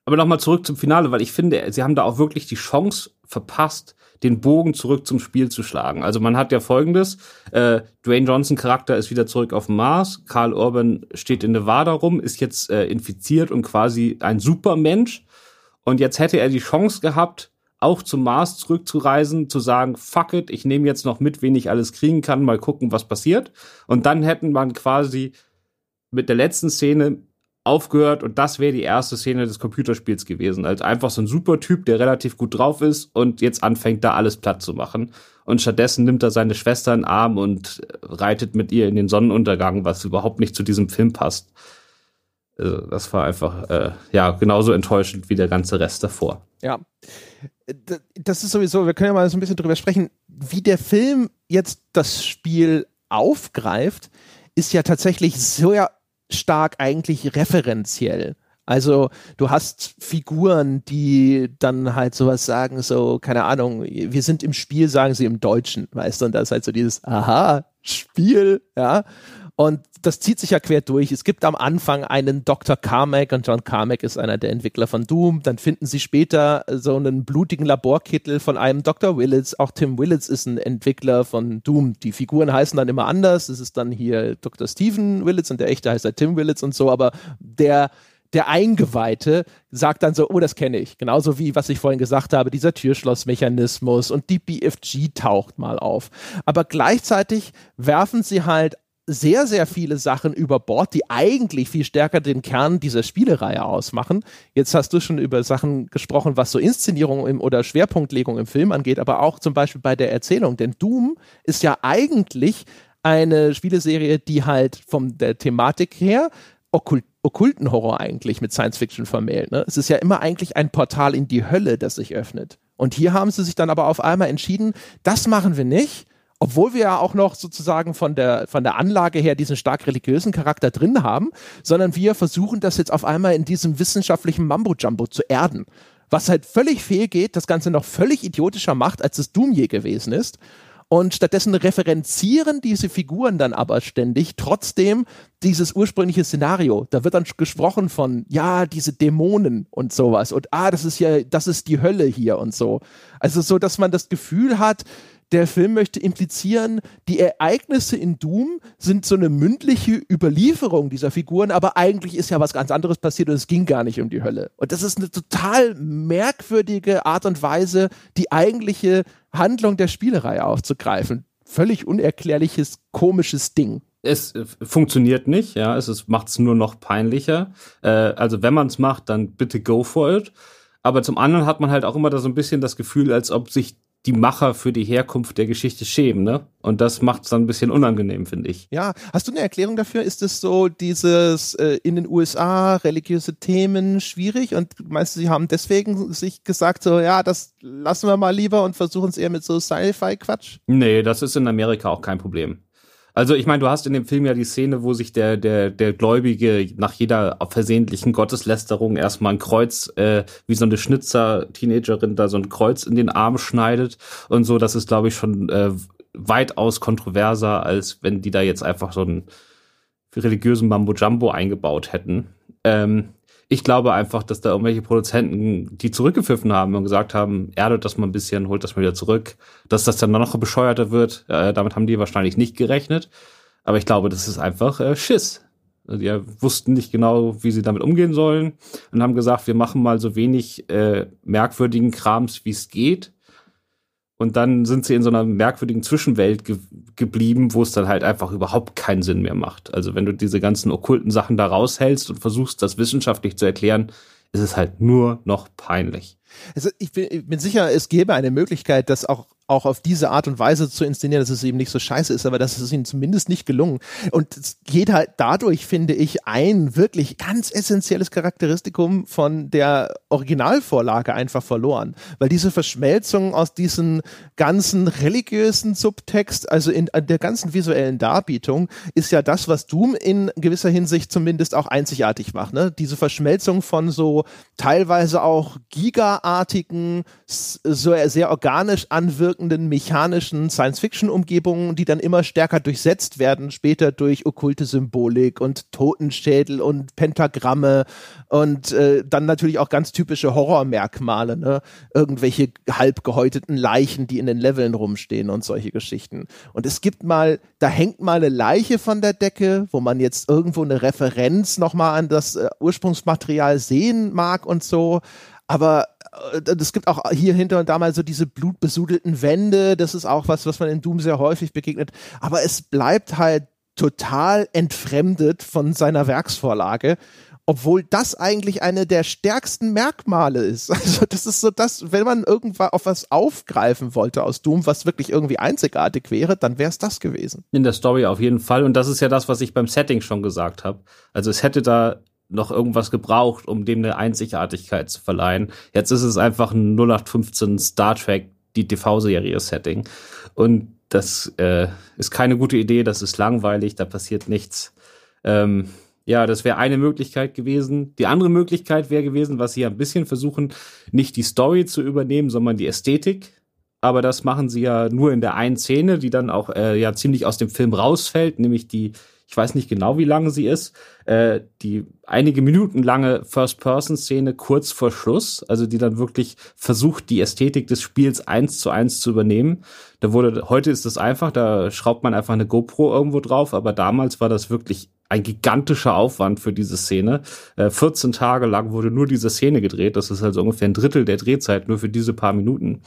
B: Aber nochmal zurück zum Finale, weil ich finde, sie haben da auch wirklich die Chance verpasst, den Bogen zurück zum Spiel zu schlagen. Also man hat ja Folgendes, äh, Dwayne Johnson Charakter ist wieder zurück auf dem Mars, Karl Urban steht in Nevada rum, ist jetzt äh, infiziert und quasi ein Supermensch. Und jetzt hätte er die Chance gehabt, auch zum Mars zurückzureisen, zu sagen, fuck it, ich nehme jetzt noch mit, wen ich alles kriegen kann, mal gucken, was passiert. Und dann hätten man quasi mit der letzten Szene aufgehört und das wäre die erste Szene des Computerspiels gewesen. Als einfach so ein super Typ, der relativ gut drauf ist und jetzt anfängt, da alles platt zu machen. Und stattdessen nimmt er seine Schwester in den Arm und reitet mit ihr in den Sonnenuntergang, was überhaupt nicht zu diesem Film passt. Also das war einfach, äh, ja, genauso enttäuschend wie der ganze Rest davor.
A: Ja, das ist sowieso, wir können ja mal so ein bisschen drüber sprechen, wie der Film jetzt das Spiel aufgreift, ist ja tatsächlich sehr stark eigentlich referenziell. Also du hast Figuren, die dann halt sowas sagen, so, keine Ahnung, wir sind im Spiel, sagen sie im Deutschen, weißt du, und das ist halt so dieses, aha, Spiel, ja, und das zieht sich ja quer durch. Es gibt am Anfang einen Doktor Carmack und John Carmack ist einer der Entwickler von Doom. Dann finden sie später so einen blutigen Laborkittel von einem Doktor Willits. Auch Tim Willits ist ein Entwickler von Doom. Die Figuren heißen dann immer anders. Es ist dann hier Doktor Stephen Willits und der echte heißt halt Tim Willits und so, aber der Der Eingeweihte sagt dann so, oh, das kenne ich. Genauso wie, was ich vorhin gesagt habe, dieser Türschlossmechanismus und die B F G taucht mal auf. Aber gleichzeitig werfen sie halt sehr, sehr viele Sachen über Bord, die eigentlich viel stärker den Kern dieser Spielereihe ausmachen. Jetzt hast du schon über Sachen gesprochen, was so Inszenierung im, oder Schwerpunktlegung im Film angeht, aber auch zum Beispiel bei der Erzählung. Denn Doom ist ja eigentlich eine Spieleserie, die halt von der Thematik her okkult okkulten Horror eigentlich mit Science-Fiction vermählt. Ne? Es ist ja immer eigentlich ein Portal in die Hölle, das sich öffnet. Und hier haben sie sich dann aber auf einmal entschieden, das machen wir nicht, obwohl wir ja auch noch sozusagen von der, von der Anlage her diesen stark religiösen Charakter drin haben, sondern wir versuchen das jetzt auf einmal in diesem wissenschaftlichen Mambo-Jumbo zu erden. Was halt völlig fehlgeht, das Ganze noch völlig idiotischer macht, als es Doom je gewesen ist. Und stattdessen referenzieren diese Figuren dann aber ständig trotzdem dieses ursprüngliche Szenario. Da wird dann gesprochen von, ja, diese Dämonen und sowas. Und ah, das ist ja, das ist die Hölle hier und so. Also so, dass man das Gefühl hat, der Film möchte implizieren, die Ereignisse in Doom sind so eine mündliche Überlieferung dieser Figuren, aber eigentlich ist ja was ganz anderes passiert und es ging gar nicht um die Hölle. Und das ist eine total merkwürdige Art und Weise, die eigentliche Handlung der Spielerei aufzugreifen. Völlig unerklärliches, komisches Ding.
B: Es äh, funktioniert nicht, ja, es macht es nur noch peinlicher. Äh, also wenn man es macht, dann bitte go for it. Aber zum anderen hat man halt auch immer da so ein bisschen das Gefühl, als ob sich die Macher für die Herkunft der Geschichte schämen, ne? Und das macht es dann ein bisschen unangenehm, finde ich.
A: Ja, hast du eine Erklärung dafür? Ist es so dieses äh, in den U S A religiöse Themen schwierig und meinst du, sie haben deswegen sich gesagt so, ja, das lassen wir mal lieber und versuchen es eher mit so Sci-Fi-Quatsch?
B: Nee, das ist in Amerika auch kein Problem. Also ich meine, du hast in dem Film ja die Szene, wo sich der der der Gläubige nach jeder versehentlichen Gotteslästerung erstmal ein Kreuz, äh, wie so eine Schnitzer-Teenagerin da so ein Kreuz in den Arm schneidet und so. Das ist, glaube ich, schon äh, weitaus kontroverser, als wenn die da jetzt einfach so einen religiösen Mambo-Jumbo eingebaut hätten. Ähm, ich glaube einfach, dass da irgendwelche Produzenten die zurückgepfiffen haben und gesagt haben, erdet das mal ein bisschen, holt das mal wieder zurück. Dass das dann noch bescheuerter wird, äh, damit haben die wahrscheinlich nicht gerechnet. Aber ich glaube, das ist einfach äh, Schiss. Die wussten nicht genau, wie sie damit umgehen sollen und haben gesagt, wir machen mal so wenig äh, merkwürdigen Krams, wie es geht. Und dann sind sie in so einer merkwürdigen Zwischenwelt ge- geblieben, wo es dann halt einfach überhaupt keinen Sinn mehr macht. Also wenn du diese ganzen okkulten Sachen da raushältst und versuchst, das wissenschaftlich zu erklären, ist es halt nur noch peinlich.
A: Also ich bin, ich bin sicher, es gäbe eine Möglichkeit, das auch, auch auf diese Art und Weise zu inszenieren, dass es eben nicht so scheiße ist, aber das ist ihnen zumindest nicht gelungen. Und es geht halt dadurch, finde ich, ein wirklich ganz essentielles Charakteristikum von der Originalvorlage einfach verloren. Weil diese Verschmelzung aus diesen ganzen religiösen Subtext, also in, in der ganzen visuellen Darbietung, ist ja das, was Doom in gewisser Hinsicht zumindest auch einzigartig macht. Ne? Diese Verschmelzung von so teilweise auch gigaartigen, so sehr organisch anwirkenden beeindruckenden mechanischen Science-Fiction-Umgebungen, die dann immer stärker durchsetzt werden, später durch okkulte Symbolik und Totenschädel und Pentagramme und äh, dann natürlich auch ganz typische Horrormerkmale, ne? Irgendwelche halb gehäuteten Leichen, die in den Leveln rumstehen und solche Geschichten. Und es gibt mal, da hängt mal eine Leiche von der Decke, wo man jetzt irgendwo eine Referenz nochmal an das äh, Ursprungsmaterial sehen mag und so. Aber es gibt auch hier hinter und da mal so diese blutbesudelten Wände. Das ist auch was, was man in Doom sehr häufig begegnet. Aber es bleibt halt total entfremdet von seiner Werksvorlage, obwohl das eigentlich eine der stärksten Merkmale ist. Also das ist so das, wenn man irgendwann auf was aufgreifen wollte aus Doom, was wirklich irgendwie einzigartig wäre, dann wäre es das gewesen.
B: In der Story auf jeden Fall. Und das ist ja das, was ich beim Setting schon gesagt habe. Also es hätte da noch irgendwas gebraucht, um dem eine Einzigartigkeit zu verleihen. Jetzt ist es einfach ein null acht fünfzehn Star Trek, die T V-Serie-Setting. Und das äh, ist keine gute Idee, das ist langweilig, da passiert nichts. Ähm, ja, das wäre eine Möglichkeit gewesen. Die andere Möglichkeit wäre gewesen, was sie ja ein bisschen versuchen, nicht die Story zu übernehmen, sondern die Ästhetik. Aber das machen sie ja nur in der einen Szene, die dann auch äh, ja ziemlich aus dem Film rausfällt, nämlich die, ich weiß nicht genau, wie lange sie ist, äh, die einige Minuten lange First-Person-Szene kurz vor Schluss, also die dann wirklich versucht, die Ästhetik des Spiels eins zu eins zu übernehmen. Da wurde, heute ist das einfach, da schraubt man einfach eine GoPro irgendwo drauf, aber damals war das wirklich ein gigantischer Aufwand für diese Szene. Äh, vierzehn Tage lang wurde nur diese Szene gedreht, das ist also ungefähr ein Drittel der Drehzeit nur für diese paar Minuten.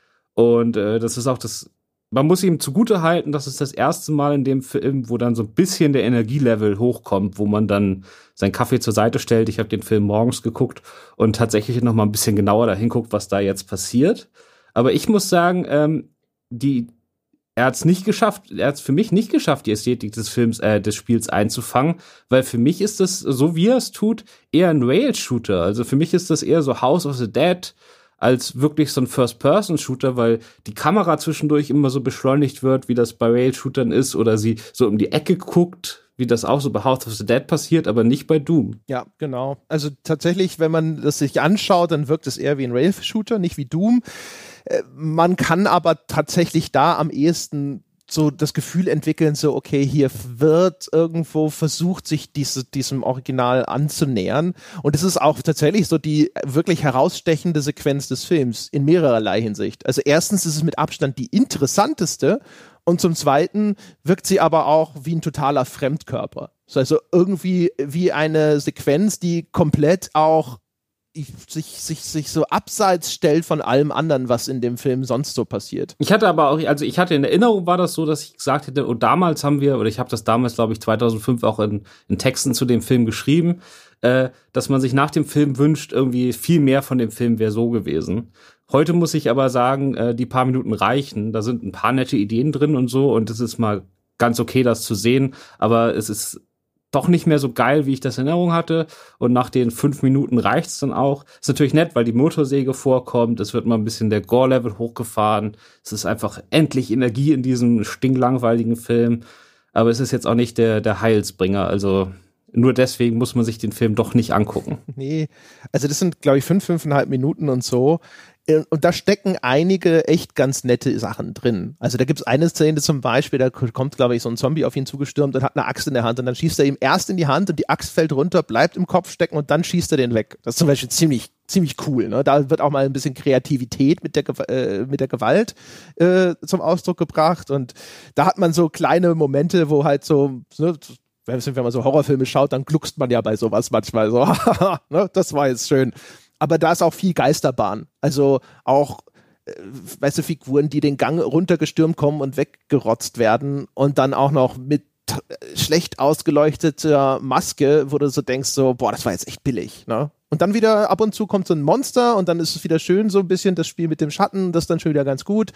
B: Und äh, das ist auch das, man muss ihm zugute halten, das ist das erste Mal in dem Film, wo dann so ein bisschen der Energielevel hochkommt, wo man dann seinen Kaffee zur Seite stellt. Ich habe den Film morgens geguckt und tatsächlich noch mal ein bisschen genauer dahin guckt, was da jetzt passiert. Aber ich muss sagen, ähm, die, er hat es nicht geschafft, er hat es für mich nicht geschafft, die Ästhetik des Films, äh, des Spiels einzufangen, weil für mich ist das, so wie er es tut, eher ein Rail-Shooter. Also für mich ist das eher so House of the Dead als wirklich so ein First-Person-Shooter, weil die Kamera zwischendurch immer so beschleunigt wird, wie das bei Rail-Shootern ist, oder sie so um die Ecke guckt, wie das auch so bei House of the Dead passiert, aber nicht bei Doom.
A: Ja, genau. Also tatsächlich, wenn man das sich anschaut, dann wirkt es eher wie ein Rail-Shooter, nicht wie Doom. Äh, man kann aber tatsächlich da am ehesten so das Gefühl entwickeln, so okay, hier wird irgendwo versucht, sich diese, diesem Original anzunähern. Und es ist auch tatsächlich so die wirklich herausstechende Sequenz des Films in mehrerlei Hinsicht. Also erstens ist es mit Abstand die interessanteste und zum Zweiten wirkt sie aber auch wie ein totaler Fremdkörper. Also irgendwie wie eine Sequenz, die komplett auch sich, sich, sich so abseits stellt von allem anderen, was in dem Film sonst so passiert.
B: Ich hatte aber auch, also ich hatte in Erinnerung, war das so, dass ich gesagt hätte, und damals haben wir, oder ich habe das damals, glaube ich, zweitausendfünf auch in, in Texten zu dem Film geschrieben, äh, dass man sich nach dem Film wünscht, irgendwie viel mehr von dem Film wäre so gewesen. Heute muss ich aber sagen, äh, die paar Minuten reichen, da sind ein paar nette Ideen drin und so, und es ist mal ganz okay, das zu sehen, aber es ist doch nicht mehr so geil, wie ich das in Erinnerung hatte. Und nach den fünf Minuten reicht's dann auch. Ist natürlich nett, weil die Motorsäge vorkommt. Es wird mal ein bisschen der Gore-Level hochgefahren. Es ist einfach endlich Energie in diesem stinklangweiligen Film. Aber es ist jetzt auch nicht der, der Heilsbringer. Also nur deswegen muss man sich den Film doch nicht angucken.
A: Nee, also das sind, glaube ich, fünf, fünfeinhalb Minuten und so. Und da stecken einige echt ganz nette Sachen drin. Also da gibt's eine Szene zum Beispiel, da kommt, glaube ich, so ein Zombie auf ihn zugestürmt und hat eine Axt in der Hand und dann schießt er ihm erst in die Hand und die Axt fällt runter, bleibt im Kopf stecken und dann schießt er den weg. Das ist zum Beispiel ziemlich ziemlich cool. Ne? Da wird auch mal ein bisschen Kreativität mit der, äh, mit der Gewalt äh, zum Ausdruck gebracht und da hat man so kleine Momente, wo halt so, ne, wenn man so Horrorfilme schaut, dann gluckst man ja bei sowas manchmal so, ne, das war jetzt schön. Aber da ist auch viel Geisterbahn. Also auch, äh, weißt du, Figuren, die den Gang runtergestürmt kommen und weggerotzt werden und dann auch noch mit schlecht ausgeleuchteter Maske, wo du so denkst, so, boah, das war jetzt echt billig, ne? Und dann wieder ab und zu kommt so ein Monster und dann ist es wieder schön, so ein bisschen das Spiel mit dem Schatten, das ist dann schon wieder ganz gut.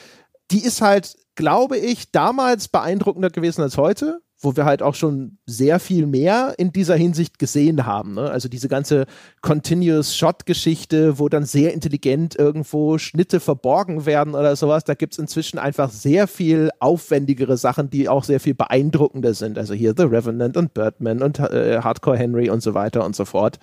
A: Die ist halt, glaube ich, damals beeindruckender gewesen als heute, wo wir halt auch schon sehr viel mehr in dieser Hinsicht gesehen haben. Ne? Also diese ganze Continuous-Shot-Geschichte, wo dann sehr intelligent irgendwo Schnitte verborgen werden oder sowas, da gibt's inzwischen einfach sehr viel aufwendigere Sachen, die auch sehr viel beeindruckender sind. Also hier The Revenant und Birdman und äh, Hardcore Henry und so weiter und so fort,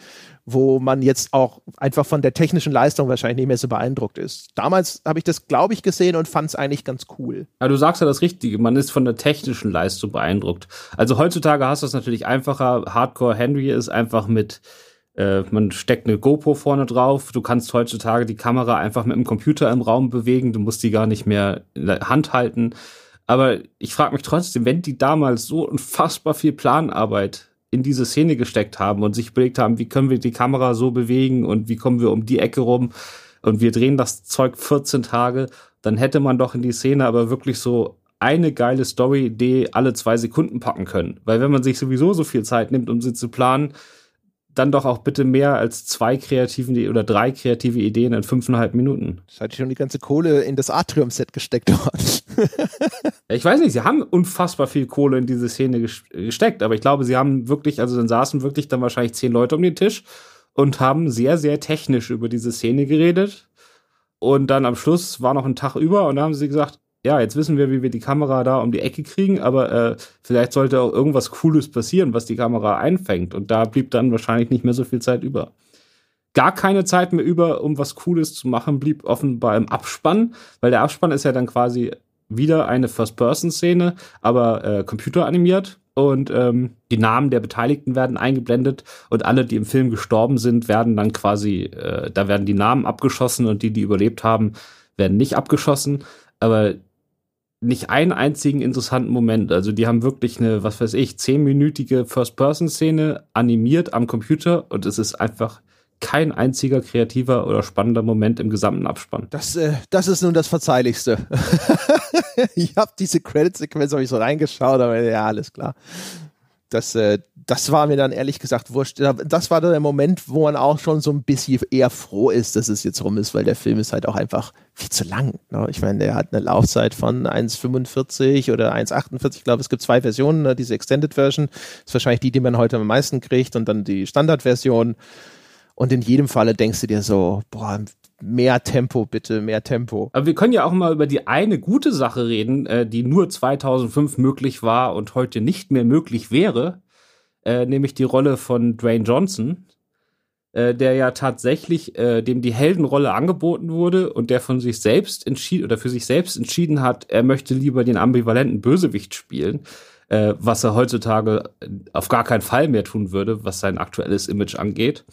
A: wo man jetzt auch einfach von der technischen Leistung wahrscheinlich nicht mehr so beeindruckt ist. Damals habe ich das, glaube ich, gesehen und fand es eigentlich ganz cool.
B: Ja, du sagst ja das Richtige, man ist von der technischen Leistung beeindruckt. Also heutzutage hast du es natürlich einfacher. Hardcore Henry ist einfach mit, äh, man steckt eine GoPro vorne drauf, du kannst heutzutage die Kamera einfach mit dem Computer im Raum bewegen, du musst die gar nicht mehr in der Hand halten. Aber ich frage mich trotzdem, wenn die damals so unfassbar viel Planarbeit in diese Szene gesteckt haben und sich überlegt haben, wie können wir die Kamera so bewegen und wie kommen wir um die Ecke rum und wir drehen das Zeug vierzehn Tage, dann hätte man doch in die Szene aber wirklich so eine geile Story-Idee alle zwei Sekunden packen können. Weil wenn man sich sowieso so viel Zeit nimmt, um sie zu planen, dann doch auch bitte mehr als zwei kreativen oder drei kreative Ideen in fünfeinhalb Minuten.
A: Das hat schon die ganze Kohle in das Atrium-Set gesteckt worden.
B: Ich weiß nicht, sie haben unfassbar viel Kohle in diese Szene gesteckt, aber ich glaube, sie haben wirklich, also dann saßen wirklich dann wahrscheinlich zehn Leute um den Tisch und haben sehr, sehr technisch über diese Szene geredet. Und dann am Schluss war noch ein Tag über und dann haben sie gesagt, ja, jetzt wissen wir, wie wir die Kamera da um die Ecke kriegen, aber äh, vielleicht sollte auch irgendwas Cooles passieren, was die Kamera einfängt. Und da blieb dann wahrscheinlich nicht mehr so viel Zeit über. Gar keine Zeit mehr über, um was Cooles zu machen, blieb offenbar im Abspann, weil der Abspann ist ja dann quasi wieder eine First-Person-Szene, aber äh, computeranimiert. Und ähm, die Namen der Beteiligten werden eingeblendet und alle, die im Film gestorben sind, werden dann quasi, äh, da werden die Namen abgeschossen und die, die überlebt haben, werden nicht abgeschossen. Aber nicht einen einzigen interessanten Moment. Also die haben wirklich eine, was weiß ich, zehnminütige First-Person-Szene animiert am Computer und es ist einfach kein einziger kreativer oder spannender Moment im gesamten Abspann.
A: Das, äh, das ist nun das Verzeihlichste. Ich habe diese Credit-Sequenz, habe ich so reingeschaut, aber ja, alles klar. Das, äh, das war mir dann ehrlich gesagt wurscht. Das war der Moment, wo man auch schon so ein bisschen eher froh ist, dass es jetzt rum ist, weil der Film ist halt auch einfach viel zu lang. Ne? Ich meine, der hat eine Laufzeit von eins fünfundvierzig oder eins achtundvierzig. Ich glaube, es gibt zwei Versionen. Ne? Diese Extended Version ist wahrscheinlich die, die man heute am meisten kriegt und dann die Standardversion. Und in jedem Falle denkst du dir so, boah, mehr Tempo bitte, mehr Tempo.
B: Aber wir können ja auch mal über die eine gute Sache reden, äh, die nur zweitausendfünf möglich war und heute nicht mehr möglich wäre, äh, nämlich die Rolle von Dwayne Johnson, äh, der ja tatsächlich, äh, dem die Heldenrolle angeboten wurde und der von sich selbst entschieden oder für sich selbst entschieden hat, er möchte lieber den ambivalenten Bösewicht spielen, äh, was er heutzutage auf gar keinen Fall mehr tun würde, was sein aktuelles Image angeht.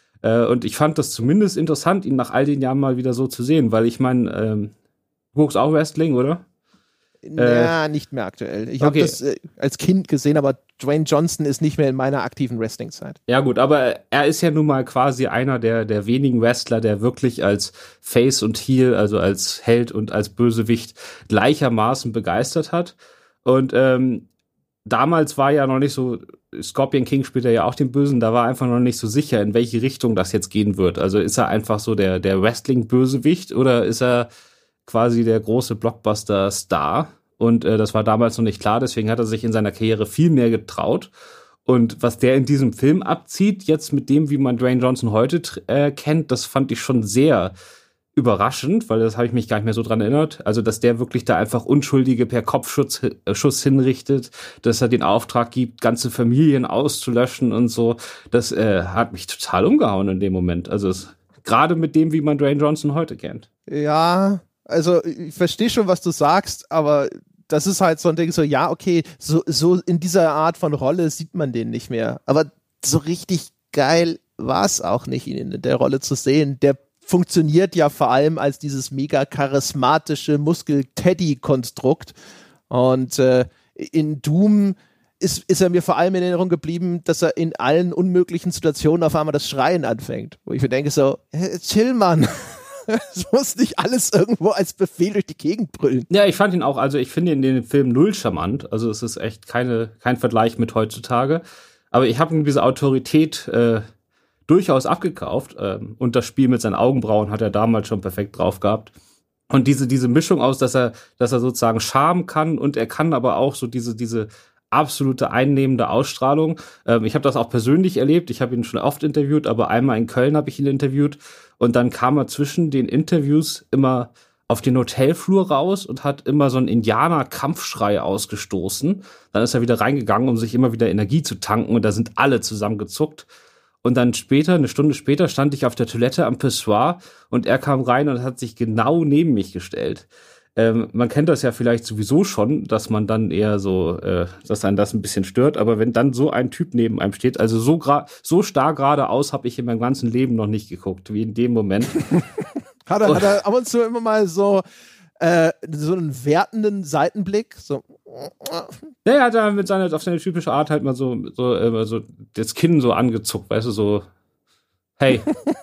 B: Und ich fand das zumindest interessant, ihn nach all den Jahren mal wieder so zu sehen, weil ich meine, ähm, du guckst auch Wrestling, oder?
A: Ja, äh, nicht mehr aktuell. Ich habe okay. das äh, als Kind gesehen, aber Dwayne Johnson ist nicht mehr in meiner aktiven Wrestling-Zeit.
B: Ja gut, aber er ist ja nun mal quasi einer der, der wenigen Wrestler, der wirklich als Face und Heel, also als Held und als Bösewicht gleichermaßen begeistert hat. Und ähm, damals war ja noch nicht so, Scorpion King spielt ja auch den Bösen, da war einfach noch nicht so sicher, in welche Richtung das jetzt gehen wird. Also ist er einfach so der, der Wrestling-Bösewicht oder ist er quasi der große Blockbuster-Star? Und äh, das war damals noch nicht klar, deswegen hat er sich in seiner Karriere viel mehr getraut. Und was der in diesem Film abzieht, jetzt mit dem, wie man Dwayne Johnson heute äh, kennt, das fand ich schon sehr überraschend, weil das habe ich mich gar nicht mehr so dran erinnert. Also, dass der wirklich da einfach Unschuldige per Kopfschuss äh, Schuss hinrichtet, dass er den Auftrag gibt, ganze Familien auszulöschen und so. Das äh, hat mich total umgehauen in dem Moment. Also, gerade mit dem, wie man Dwayne Johnson heute kennt.
A: Ja, also ich verstehe schon, was du sagst, aber das ist halt so ein Ding, so ja, okay, so, so in dieser Art von Rolle sieht man den nicht mehr. Aber so richtig geil war es auch nicht, ihn in der Rolle zu sehen. Der funktioniert ja vor allem als dieses mega charismatische Muskel-Teddy-Konstrukt. Und äh, in Doom ist, ist er mir vor allem in Erinnerung geblieben, dass er in allen unmöglichen Situationen auf einmal das Schreien anfängt. Wo ich mir denke so, hey, chill, Mann. Es muss nicht alles irgendwo als Befehl durch die Gegend brüllen.
B: Ja, ich fand ihn auch, also ich finde ihn in dem Film null charmant. Also es ist echt keine, kein Vergleich mit heutzutage. Aber ich habe ihm diese Autorität äh, durchaus abgekauft. Ähm, und das Spiel mit seinen Augenbrauen hat er damals schon perfekt drauf gehabt. Und diese, diese Mischung aus, dass er, dass er sozusagen Charme kann und er kann aber auch so diese, diese absolute einnehmende Ausstrahlung. Ähm, ich habe das auch persönlich erlebt. Ich habe ihn schon oft interviewt, aber einmal in Köln habe ich ihn interviewt. Und dann kam er zwischen den Interviews immer auf den Hotelflur raus und hat immer so einen Indianer-Kampfschrei ausgestoßen. Dann ist er wieder reingegangen, um sich immer wieder Energie zu tanken. Und da sind alle zusammengezuckt. Und dann später, eine Stunde später, stand ich auf der Toilette am Pissoir und er kam rein und hat sich genau neben mich gestellt. Ähm, man kennt das ja vielleicht sowieso schon, dass man dann eher so, äh, dass einen das ein bisschen stört. Aber wenn dann so ein Typ neben einem steht, also so, gra- so starr geradeaus habe ich in meinem ganzen Leben noch nicht geguckt, wie in dem Moment.
A: hat, er, hat er ab und zu immer mal so, äh, so einen wertenden Seitenblick, so.
B: Ja, er hat da mit seiner, auf seine typische Art halt mal so, so, äh, so das Kinn so angezuckt, weißt du, so, hey.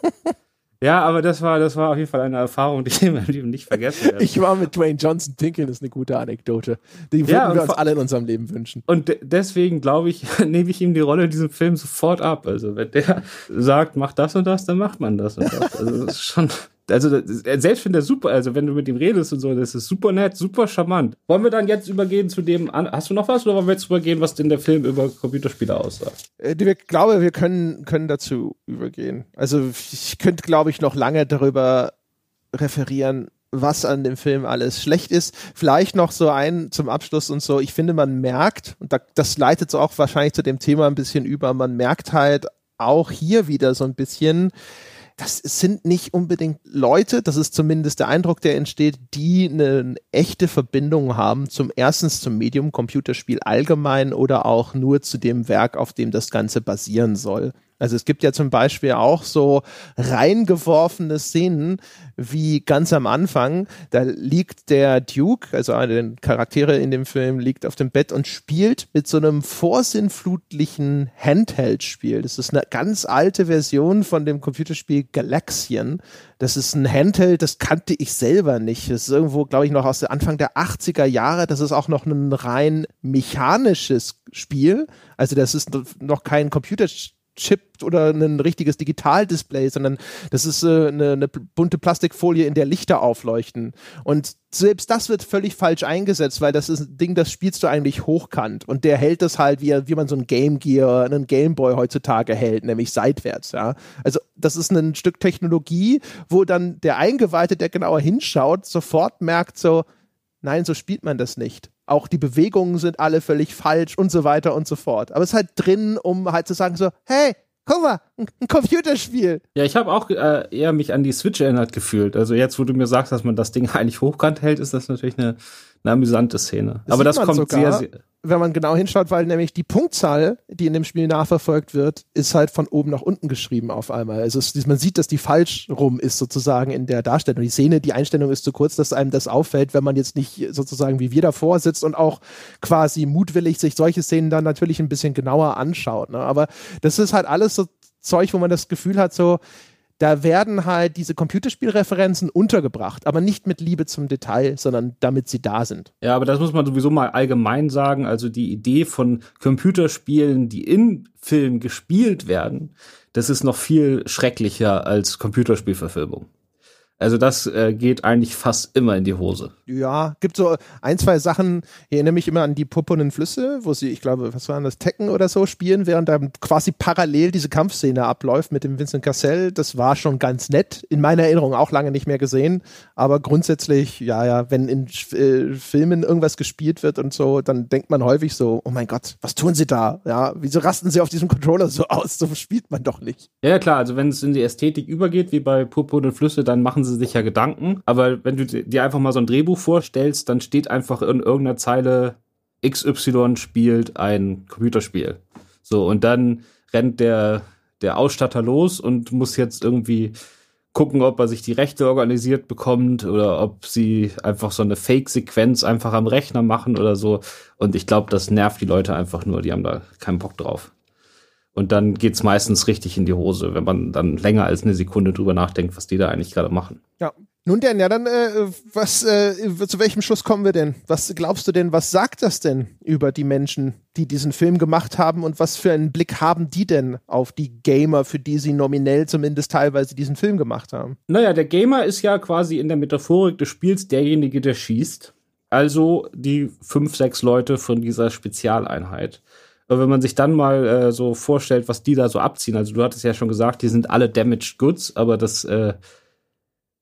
B: Ja, aber das war, das war auf jeden Fall eine Erfahrung, die ich in meinem Leben nicht vergessen werde.
A: Ich war mit Dwayne Johnson pinkeln, ist eine gute Anekdote. Die würden
B: ja,
A: wir uns alle in unserem Leben wünschen.
B: Und de- deswegen, glaube ich, nehme ich ihm die Rolle in diesem Film sofort ab. Also wenn der sagt, mach das und das, dann macht man das und das. Also das ist schon... Also selbst wenn der super, also wenn du mit ihm redest und so, das ist super nett, super charmant. Wollen wir dann jetzt übergehen zu dem, hast du noch was oder wollen wir jetzt übergehen, was denn der Film über Computerspiele aussagt?
A: Ich glaube, wir können, können dazu übergehen. Also ich könnte, glaube ich, noch lange darüber referieren, was an dem Film alles schlecht ist. Vielleicht noch so ein zum Abschluss und so. Ich finde, man merkt, und das leitet so auch wahrscheinlich zu dem Thema ein bisschen über, man merkt halt auch hier wieder so ein bisschen, das sind nicht unbedingt Leute, das ist zumindest der Eindruck, der entsteht, die eine echte Verbindung haben zum erstens zum Medium Computerspiel allgemein oder auch nur zu dem Werk, auf dem das Ganze basieren soll. Also es gibt ja zum Beispiel auch so reingeworfene Szenen, wie ganz am Anfang, da liegt der Duke, also einer der Charaktere in dem Film, liegt auf dem Bett und spielt mit so einem vorsinnflutlichen Handheld-Spiel. Das ist eine ganz alte Version von dem Computerspiel Galaxian. Das ist ein Handheld, das kannte ich selber nicht. Das ist irgendwo, glaube ich, noch aus der Anfang der achtziger Jahre. Das ist auch noch ein rein mechanisches Spiel. Also das ist noch kein Computerspiel. Chip oder ein richtiges Digitaldisplay, sondern das ist äh, eine, eine bunte Plastikfolie, in der Lichter aufleuchten. Und selbst das wird völlig falsch eingesetzt, weil das ist ein Ding, das spielst du eigentlich hochkant. Und der hält das halt, wie, wie man so ein Game Gear, einen Game Boy heutzutage hält, nämlich seitwärts. Ja. Also das ist ein Stück Technologie, wo dann der Eingeweihte, der genauer hinschaut, sofort merkt so, nein, so spielt man das nicht. Auch die Bewegungen sind alle völlig falsch und so weiter und so fort. Aber es ist halt drin, um halt zu sagen so, hey, guck mal, ein, ein Computerspiel.
B: Ja, ich habe auch äh, eher mich an die Switch erinnert gefühlt. Also jetzt, wo du mir sagst, dass man das Ding eigentlich hochkant hält, ist das natürlich eine, eine amüsante Szene. Das Aber das kommt sogar, sehr, sehr...
A: wenn man genau hinschaut, weil nämlich die Punktzahl, die in dem Spiel nachverfolgt wird, ist halt von oben nach unten geschrieben auf einmal. Also es, man sieht, dass die falsch rum ist sozusagen in der Darstellung. Die Szene, die Einstellung ist zu kurz, dass einem das auffällt, wenn man jetzt nicht sozusagen wie wir davor sitzt und auch quasi mutwillig sich solche Szenen dann natürlich ein bisschen genauer anschaut. Ne? Aber das ist halt alles so Zeug, wo man das Gefühl hat, so da werden halt diese Computerspielreferenzen untergebracht, aber nicht mit Liebe zum Detail, sondern damit sie da sind.
B: Ja, aber das muss man sowieso mal allgemein sagen. Also die Idee von Computerspielen, die in Filmen gespielt werden, das ist noch viel schrecklicher als Computerspielverfilmung. Also das äh, geht eigentlich fast immer in die Hose.
A: Ja, gibt so ein, zwei Sachen, ich erinnere mich immer an die purpurnen Flüsse, wo sie, ich glaube, was waren das, Tekken oder so spielen, während da quasi parallel diese Kampfszene abläuft mit dem Vincent Cassel. Das war schon ganz nett, in meiner Erinnerung auch lange nicht mehr gesehen, aber grundsätzlich, ja, ja, wenn in äh, Filmen irgendwas gespielt wird und so, dann denkt man häufig so, oh mein Gott, was tun sie da? Ja, wieso rasten sie auf diesem Controller so aus? So spielt man doch nicht.
B: Ja, klar, also wenn es in die Ästhetik übergeht, wie bei purpurnen Flüsse, dann machen sie sich ja Gedanken, aber wenn du dir einfach mal so ein Drehbuch vorstellst, dann steht einfach in irgendeiner Zeile X Y spielt ein Computerspiel. So, und dann rennt der, der Ausstatter los und muss jetzt irgendwie gucken, ob er sich die Rechte organisiert bekommt oder ob sie einfach so eine Fake-Sequenz einfach am Rechner machen oder so. Und ich glaube, das nervt die Leute einfach nur, die haben da keinen Bock drauf. Und dann geht's meistens richtig in die Hose, wenn man dann länger als eine Sekunde drüber nachdenkt, was die da eigentlich gerade machen.
A: Ja. Nun denn, ja dann, äh, was, äh, zu welchem Schluss kommen wir denn? Was glaubst du denn, was sagt das denn über die Menschen, die diesen Film gemacht haben und was für einen Blick haben die denn auf die Gamer, für die sie nominell zumindest teilweise diesen Film gemacht haben?
B: Naja, der Gamer ist ja quasi in der Metaphorik des Spiels derjenige, der schießt. Also die fünf, sechs Leute von dieser Spezialeinheit. Aber wenn man sich dann mal äh, so vorstellt, was die da so abziehen, also du hattest ja schon gesagt, die sind alle damaged goods, aber das äh,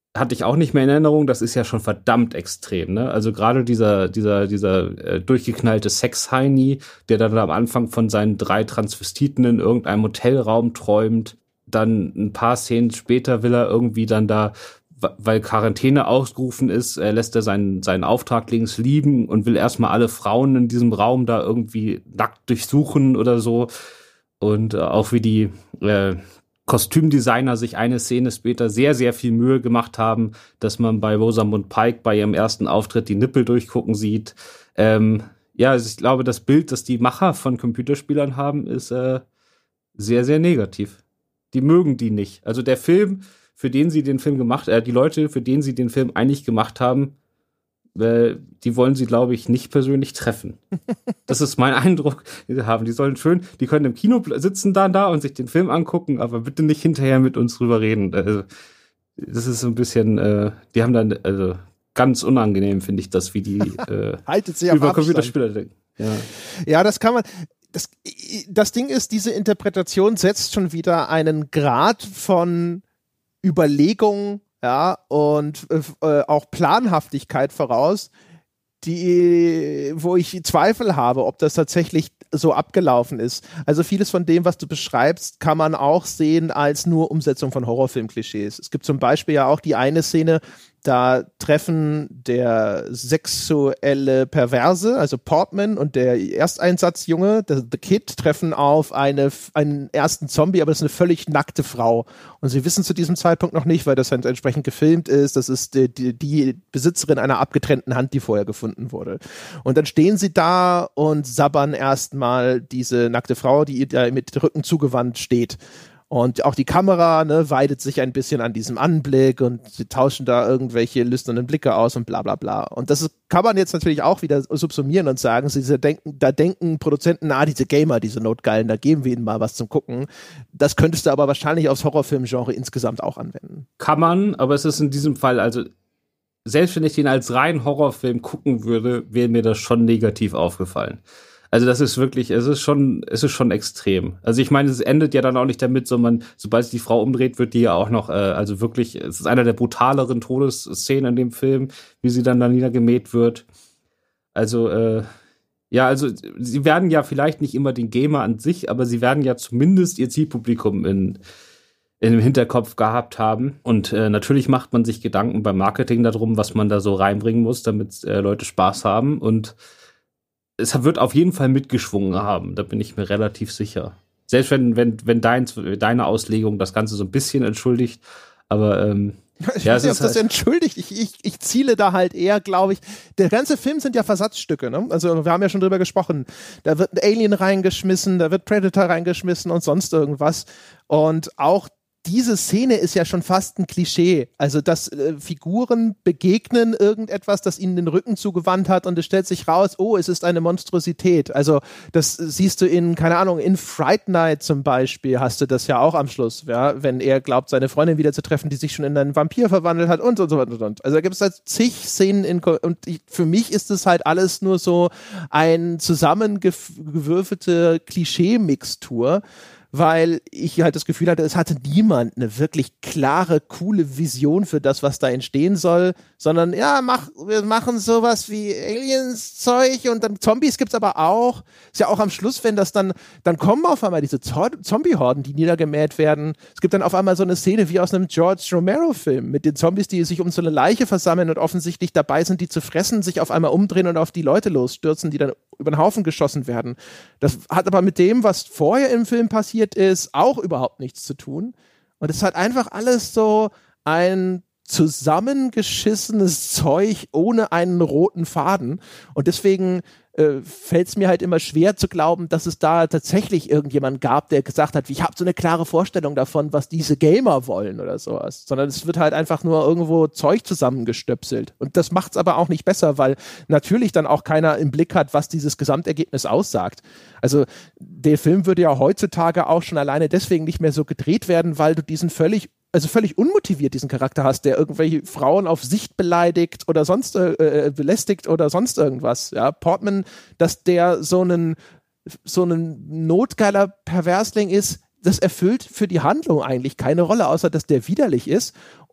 B: hatte ich auch nicht mehr in Erinnerung, das ist ja schon verdammt extrem, ne? Also gerade dieser, dieser, dieser äh, durchgeknallte Sex-Heini, der dann am Anfang von seinen drei Transvestiten in irgendeinem Hotelraum träumt, dann ein paar Szenen später will er irgendwie dann da, weil Quarantäne ausgerufen ist, er lässt er seinen, seinen Auftrag links liegen und will erstmal alle Frauen in diesem Raum da irgendwie nackt durchsuchen oder so. Und äh, auch wie die äh, Kostümdesigner sich eine Szene später sehr, sehr viel Mühe gemacht haben, dass man bei Rosamund Pike bei ihrem ersten Auftritt die Nippel durchgucken sieht. Ähm, ja, also ich glaube, das Bild, das die Macher von Computerspielern haben, ist äh, sehr, sehr negativ. Die mögen die nicht. Also der Film, für den sie den Film gemacht, äh, die Leute, für den sie den Film eigentlich gemacht haben, äh, die wollen sie, glaube ich, nicht persönlich treffen. Das ist mein Eindruck, den sie haben. Die sollen schön, die können im Kino sitzen dann da und sich den Film angucken, aber bitte nicht hinterher mit uns drüber reden. Also, das ist so ein bisschen, äh, die haben dann, also ganz unangenehm, finde ich das, wie die äh,
A: Haltet sie
B: über Computerspieler denken. Ja.
A: ja, das kann man. Das, das Ding ist, diese Interpretation setzt schon wieder einen Grad von Überlegung, ja, und äh, auch Planhaftigkeit voraus, die, wo ich Zweifel habe, ob das tatsächlich so abgelaufen ist. Also vieles von dem, was du beschreibst, kann man auch sehen als nur Umsetzung von Horrorfilm-Klischees. Es gibt zum Beispiel ja auch die eine Szene, da treffen der sexuelle Perverse, also Portman, und der Ersteinsatzjunge, der The Kid, treffen auf eine, einen ersten Zombie, aber das ist eine völlig nackte Frau. Und sie wissen zu diesem Zeitpunkt noch nicht, weil das halt entsprechend gefilmt ist, das ist die, die, die Besitzerin einer abgetrennten Hand, die vorher gefunden wurde. Und dann stehen sie da und sabbern erstmal diese nackte Frau, die ihr mit Rücken zugewandt steht. Und auch die Kamera, ne, weidet sich ein bisschen an diesem Anblick und sie tauschen da irgendwelche lüsternen Blicke aus und bla bla bla. Und das ist, kann man jetzt natürlich auch wieder subsumieren und sagen, sie denken, da denken Produzenten, ah, diese Gamer, diese Notgeilen, da geben wir ihnen mal was zum Gucken. Das könntest du aber wahrscheinlich aufs Horrorfilmgenre insgesamt auch anwenden.
B: Kann man, aber es ist in diesem Fall, also selbst wenn ich den als reinen Horrorfilm gucken würde, wäre mir das schon negativ aufgefallen. Also das ist wirklich, es ist schon, es ist schon extrem. Also ich meine, es endet ja dann auch nicht damit, so man, sobald sich die Frau umdreht, wird die ja auch noch, äh, also wirklich, es ist einer der brutaleren Todesszenen in dem Film, wie sie dann da niedergemäht wird. Also, äh, ja, also sie werden ja vielleicht nicht immer den Gamer an sich, aber sie werden ja zumindest ihr Zielpublikum in in dem Hinterkopf gehabt haben. Und äh, natürlich macht man sich Gedanken beim Marketing darum, was man da so reinbringen muss, damit äh, Leute Spaß haben. Und es wird auf jeden Fall mitgeschwungen haben, da bin ich mir relativ sicher. Selbst wenn, wenn, wenn dein, deine Auslegung das Ganze so ein bisschen entschuldigt, aber ähm,
A: ich
B: ja,
A: weiß nicht, ob das
B: halt
A: entschuldigt. Ich, ich, ich ziele da halt eher, glaube ich, der ganze Film sind ja Versatzstücke, ne? Also wir haben ja schon drüber gesprochen. Da wird ein Alien reingeschmissen, da wird Predator reingeschmissen und sonst irgendwas. Und auch diese Szene ist ja schon fast ein Klischee. Also, dass äh, Figuren begegnen irgendetwas, das ihnen den Rücken zugewandt hat und es stellt sich raus, oh, es ist eine Monstrosität. Also, das siehst du in, keine Ahnung, in Fright Night zum Beispiel hast du das ja auch am Schluss, ja, wenn er glaubt, seine Freundin wieder zu treffen, die sich schon in einen Vampir verwandelt hat und und so und und. Also, da gibt es halt zig Szenen in, und ich, für mich ist es halt alles nur so ein zusammengewürfelte Klischee-Mixtur, weil ich halt das Gefühl hatte, es hatte niemand eine wirklich klare, coole Vision für das, was da entstehen soll, sondern ja, mach, wir machen sowas wie Aliens-Zeug und dann Zombies gibt's aber auch. Ist ja auch am Schluss, wenn das dann, dann kommen auf einmal diese Zombie-Horden, die niedergemäht werden. Es gibt dann auf einmal so eine Szene wie aus einem George Romero-Film mit den Zombies, die sich um so eine Leiche versammeln und offensichtlich dabei sind, die zu fressen, sich auf einmal umdrehen und auf die Leute losstürzen, die dann über den Haufen geschossen werden. Das hat aber mit dem, was vorher im Film passiert ist, auch überhaupt nichts zu tun. Und es hat einfach alles so ein zusammengeschissenes Zeug ohne einen roten Faden. Und deswegen äh, fällt es mir halt immer schwer zu glauben, dass es da tatsächlich irgendjemand gab, der gesagt hat, ich habe so eine klare Vorstellung davon, was diese Gamer wollen oder sowas. Sondern es wird halt einfach nur irgendwo Zeug zusammengestöpselt. Und das macht es aber auch nicht besser, weil natürlich dann auch keiner im Blick hat, was dieses Gesamtergebnis aussagt. Also der Film würde ja heutzutage auch schon alleine deswegen nicht mehr so gedreht werden, weil du diesen völlig also völlig unmotiviert diesen Charakter hast, der irgendwelche Frauen auf Sicht beleidigt oder sonst äh, belästigt oder sonst irgendwas. Ja, Portman, dass der so einen so ein notgeiler Perversling ist, das erfüllt für die Handlung eigentlich keine Rolle, außer dass der widerlich ist.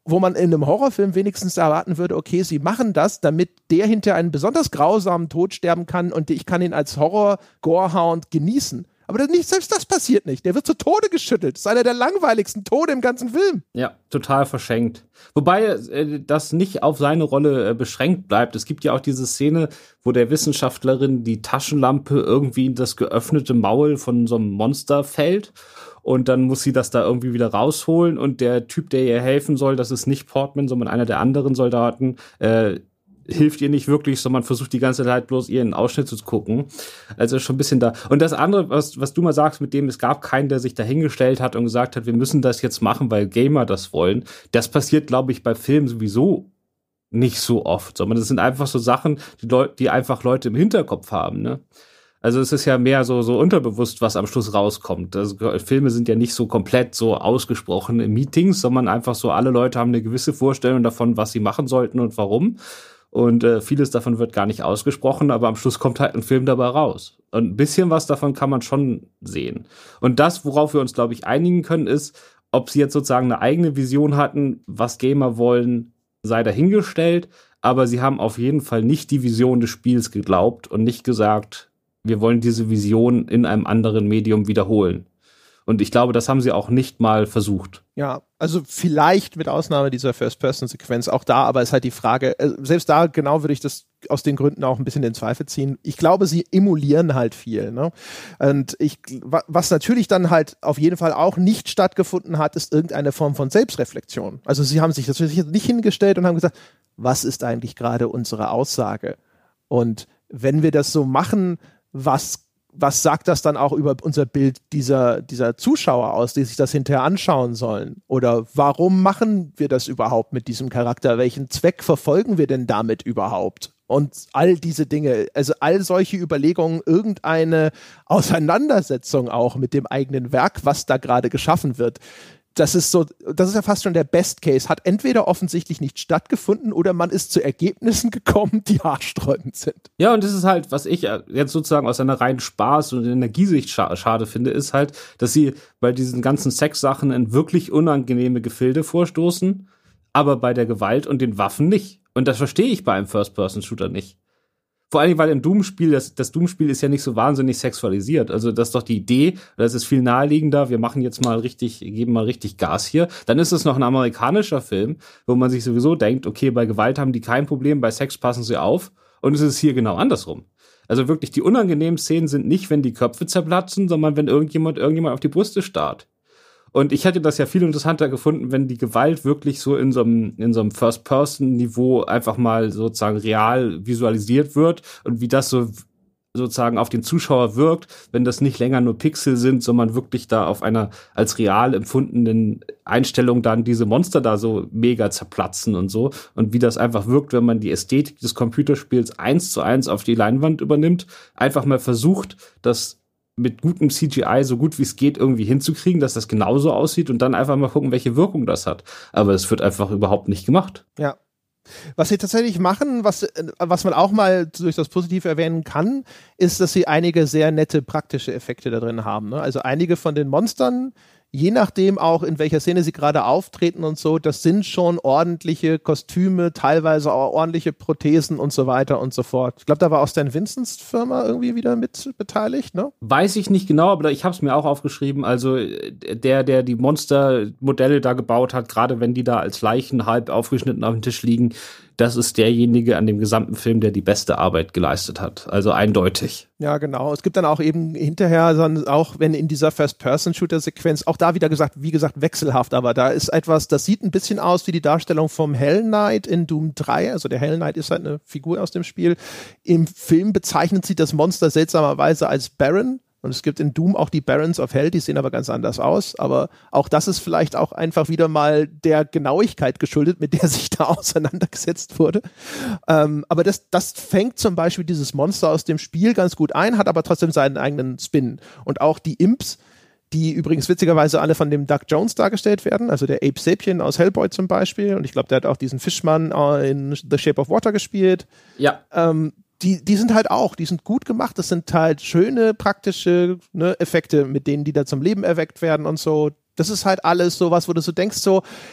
A: wo man in einem Horrorfilm wenigstens erwarten würde, okay, sie machen das, damit der hinter einen besonders grausamen Tod sterben kann und ich kann ihn als Horror-Gorehound genießen. Aber das nicht, selbst das passiert nicht. Der wird zu Tode geschüttelt. Das ist einer der langweiligsten Tode im ganzen Film.
B: Ja, total verschenkt. Wobei äh, das nicht auf seine Rolle äh, beschränkt bleibt. Es gibt ja auch diese Szene, wo der Wissenschaftlerin die Taschenlampe irgendwie in das geöffnete Maul von so einem Monster fällt. Und dann muss sie das da irgendwie wieder rausholen. Und der Typ, der ihr helfen soll, das ist nicht Portman, sondern einer der anderen Soldaten, äh, hilft ihr nicht wirklich, sondern versucht die ganze Zeit bloß ihren Ausschnitt zu gucken. Also schon ein bisschen da. Und das andere, was, was du mal sagst, mit dem es gab keinen, der sich dahingestellt hat und gesagt hat, wir müssen das jetzt machen, weil Gamer das wollen. Das passiert, glaube ich, bei Filmen sowieso nicht so oft, sondern das sind einfach so Sachen, die Leute, die einfach Leute im Hinterkopf haben, ne? Also es ist ja mehr so, so unterbewusst, was am Schluss rauskommt. Also Filme sind ja nicht so komplett so ausgesprochen in Meetings, sondern einfach so, alle Leute haben eine gewisse Vorstellung davon, was sie machen sollten und warum. Und äh, vieles davon wird gar nicht ausgesprochen, aber am Schluss kommt halt ein Film dabei raus. Und ein bisschen was davon kann man schon sehen. Und das, worauf wir uns, glaube ich, einigen können, ist, ob sie jetzt sozusagen eine eigene Vision hatten, was Gamer wollen, sei dahingestellt. Aber sie haben auf jeden Fall nicht die Vision des Spiels geglaubt und nicht gesagt, wir wollen diese Vision in einem anderen Medium wiederholen. Und ich glaube, das haben sie auch nicht mal versucht.
A: Ja, also vielleicht mit Ausnahme dieser First-Person-Sequenz auch da, aber ist halt die Frage, selbst da genau würde ich das aus den Gründen auch ein bisschen in Zweifel ziehen. Ich glaube, sie emulieren halt viel, ne? Und ich, was natürlich dann halt auf jeden Fall auch nicht stattgefunden hat, ist irgendeine Form von Selbstreflexion. Also sie haben sich natürlich nicht hingestellt und haben gesagt, was ist eigentlich gerade unsere Aussage? Und wenn wir das so machen, was was sagt das dann auch über unser Bild dieser, dieser Zuschauer aus, die sich das hinterher anschauen sollen? Oder warum machen wir das überhaupt mit diesem Charakter? Welchen Zweck verfolgen wir denn damit überhaupt? Und all diese Dinge, also all solche Überlegungen, irgendeine Auseinandersetzung auch mit dem eigenen Werk, was da gerade geschaffen wird. Das ist so, das ist ja fast schon der Best Case. Hat entweder offensichtlich nicht stattgefunden oder man ist zu Ergebnissen gekommen, die haarsträubend sind.
B: Ja, und das ist halt, was ich jetzt sozusagen aus einer reinen Spaß- und Energiesicht scha- schade finde, ist halt, dass sie bei diesen ganzen Sex-Sachen in wirklich unangenehme Gefilde vorstoßen, aber bei der Gewalt und den Waffen nicht. Und das verstehe ich bei einem First-Person-Shooter nicht. Vor allem, weil im Doom-Spiel, das, das Doom-Spiel ist ja nicht so wahnsinnig sexualisiert. Also das ist doch die Idee, das ist viel naheliegender, wir machen jetzt mal richtig, geben mal richtig Gas hier. Dann ist es noch ein amerikanischer Film, wo man sich sowieso denkt, okay, bei Gewalt haben die kein Problem, bei Sex passen sie auf. Und es ist hier genau andersrum. Also wirklich, die unangenehmen Szenen sind nicht, wenn die Köpfe zerplatzen, sondern wenn irgendjemand irgendjemand auf die Brüste starrt. Und ich hätte das ja viel interessanter gefunden, wenn die Gewalt wirklich so in so einem, in so einem First-Person-Niveau einfach mal sozusagen real visualisiert wird und wie das so sozusagen auf den Zuschauer wirkt, wenn das nicht länger nur Pixel sind, sondern wirklich da auf einer als real empfundenen Einstellung dann diese Monster da so mega zerplatzen und so. Und wie das einfach wirkt, wenn man die Ästhetik des Computerspiels eins zu eins auf die Leinwand übernimmt, einfach mal versucht, das mit gutem C G I so gut wie es geht irgendwie hinzukriegen, dass das genauso aussieht und dann einfach mal gucken, welche Wirkung das hat. Aber es wird einfach überhaupt nicht gemacht.
A: Ja. Was sie tatsächlich machen, was, was man auch mal durch das Positive erwähnen kann, ist, dass sie einige sehr nette praktische Effekte da drin haben. Ne? Also einige von den Monstern, je nachdem auch, in welcher Szene sie gerade auftreten und so, das sind schon ordentliche Kostüme, teilweise auch ordentliche Prothesen und so weiter und so fort. Ich glaube, da war auch Stan Vincents Firma irgendwie wieder mit beteiligt, ne?
B: Weiß ich nicht genau, aber ich habe es mir auch aufgeschrieben. Also der, der die Monstermodelle da gebaut hat, gerade wenn die da als Leichen halb aufgeschnitten auf dem Tisch liegen, das ist derjenige an dem gesamten Film, der die beste Arbeit geleistet hat. Also eindeutig.
A: Ja, genau. Es gibt dann auch eben hinterher, dann auch wenn in dieser First-Person-Shooter-Sequenz, auch da wieder gesagt, wie gesagt, wechselhaft, aber da ist etwas, das sieht ein bisschen aus wie die Darstellung vom Hell Knight in Doom drei. Also der Hell Knight ist halt eine Figur aus dem Spiel. Im Film bezeichnet sie das Monster seltsamerweise als Baron. Und es gibt in Doom auch die Barons of Hell, die sehen aber ganz anders aus. Aber auch das ist vielleicht auch einfach wieder mal der Genauigkeit geschuldet, mit der sich da auseinandergesetzt wurde. Ähm, aber das, das fängt zum Beispiel dieses Monster aus dem Spiel ganz gut ein, hat aber trotzdem seinen eigenen Spin. Und auch die Imps, die übrigens witzigerweise alle von dem Doug Jones dargestellt werden, also der Abe Sapien aus Hellboy zum Beispiel. Und ich glaube, der hat auch diesen Fischmann in The Shape of Water gespielt.
B: Ja.
A: Ähm, Die, die sind halt auch, die sind gut gemacht, das sind halt schöne, praktische ne, Effekte, mit denen die da zum Leben erweckt werden und so. Das ist halt alles sowas, wo du so denkst, so,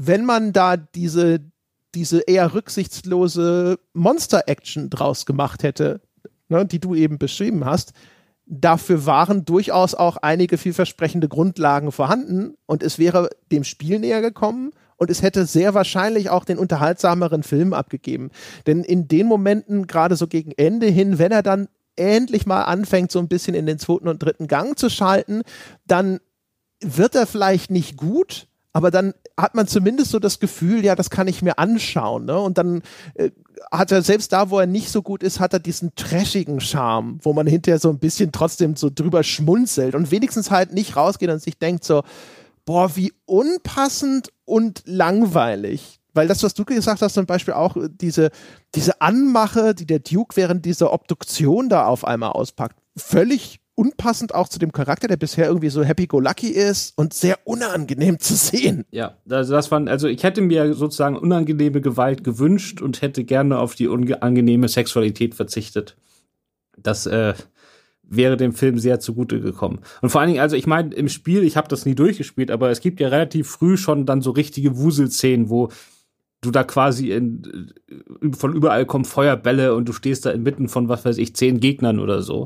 A: wenn man da diese, diese eher rücksichtslose Monster-Action draus gemacht hätte, ne, die du eben beschrieben hast, dafür waren durchaus auch einige vielversprechende Grundlagen vorhanden und es wäre dem Spiel näher gekommen und es hätte sehr wahrscheinlich auch den unterhaltsameren Film abgegeben. Denn in den Momenten, gerade so gegen Ende hin, wenn er dann endlich mal anfängt, so ein bisschen in den zweiten und dritten Gang zu schalten, dann wird er vielleicht nicht gut, aber dann hat man zumindest so das Gefühl, ja, das kann ich mir anschauen. Ne? Und dann äh, hat er, selbst da, wo er nicht so gut ist, hat er diesen trashigen Charme, wo man hinterher so ein bisschen trotzdem so drüber schmunzelt und wenigstens halt nicht rausgeht und sich denkt so, boah, wie unpassend und langweilig. Weil das, was du gesagt hast, zum Beispiel auch diese, diese Anmache, die der Duke während dieser Obduktion da auf einmal auspackt, völlig unpassend auch zu dem Charakter, der bisher irgendwie so happy-go-lucky ist und sehr unangenehm zu sehen.
B: Ja, also das waren, also ich hätte mir sozusagen unangenehme Gewalt gewünscht und hätte gerne auf die unangenehme Sexualität verzichtet. Das äh, wäre dem Film sehr zugute gekommen. Und vor allen Dingen, also ich meine, im Spiel, ich habe das nie durchgespielt, aber es gibt ja relativ früh schon dann so richtige Wuselszenen, wo du da quasi in, von überall kommen Feuerbälle und du stehst da inmitten von, was weiß ich, zehn Gegnern oder so.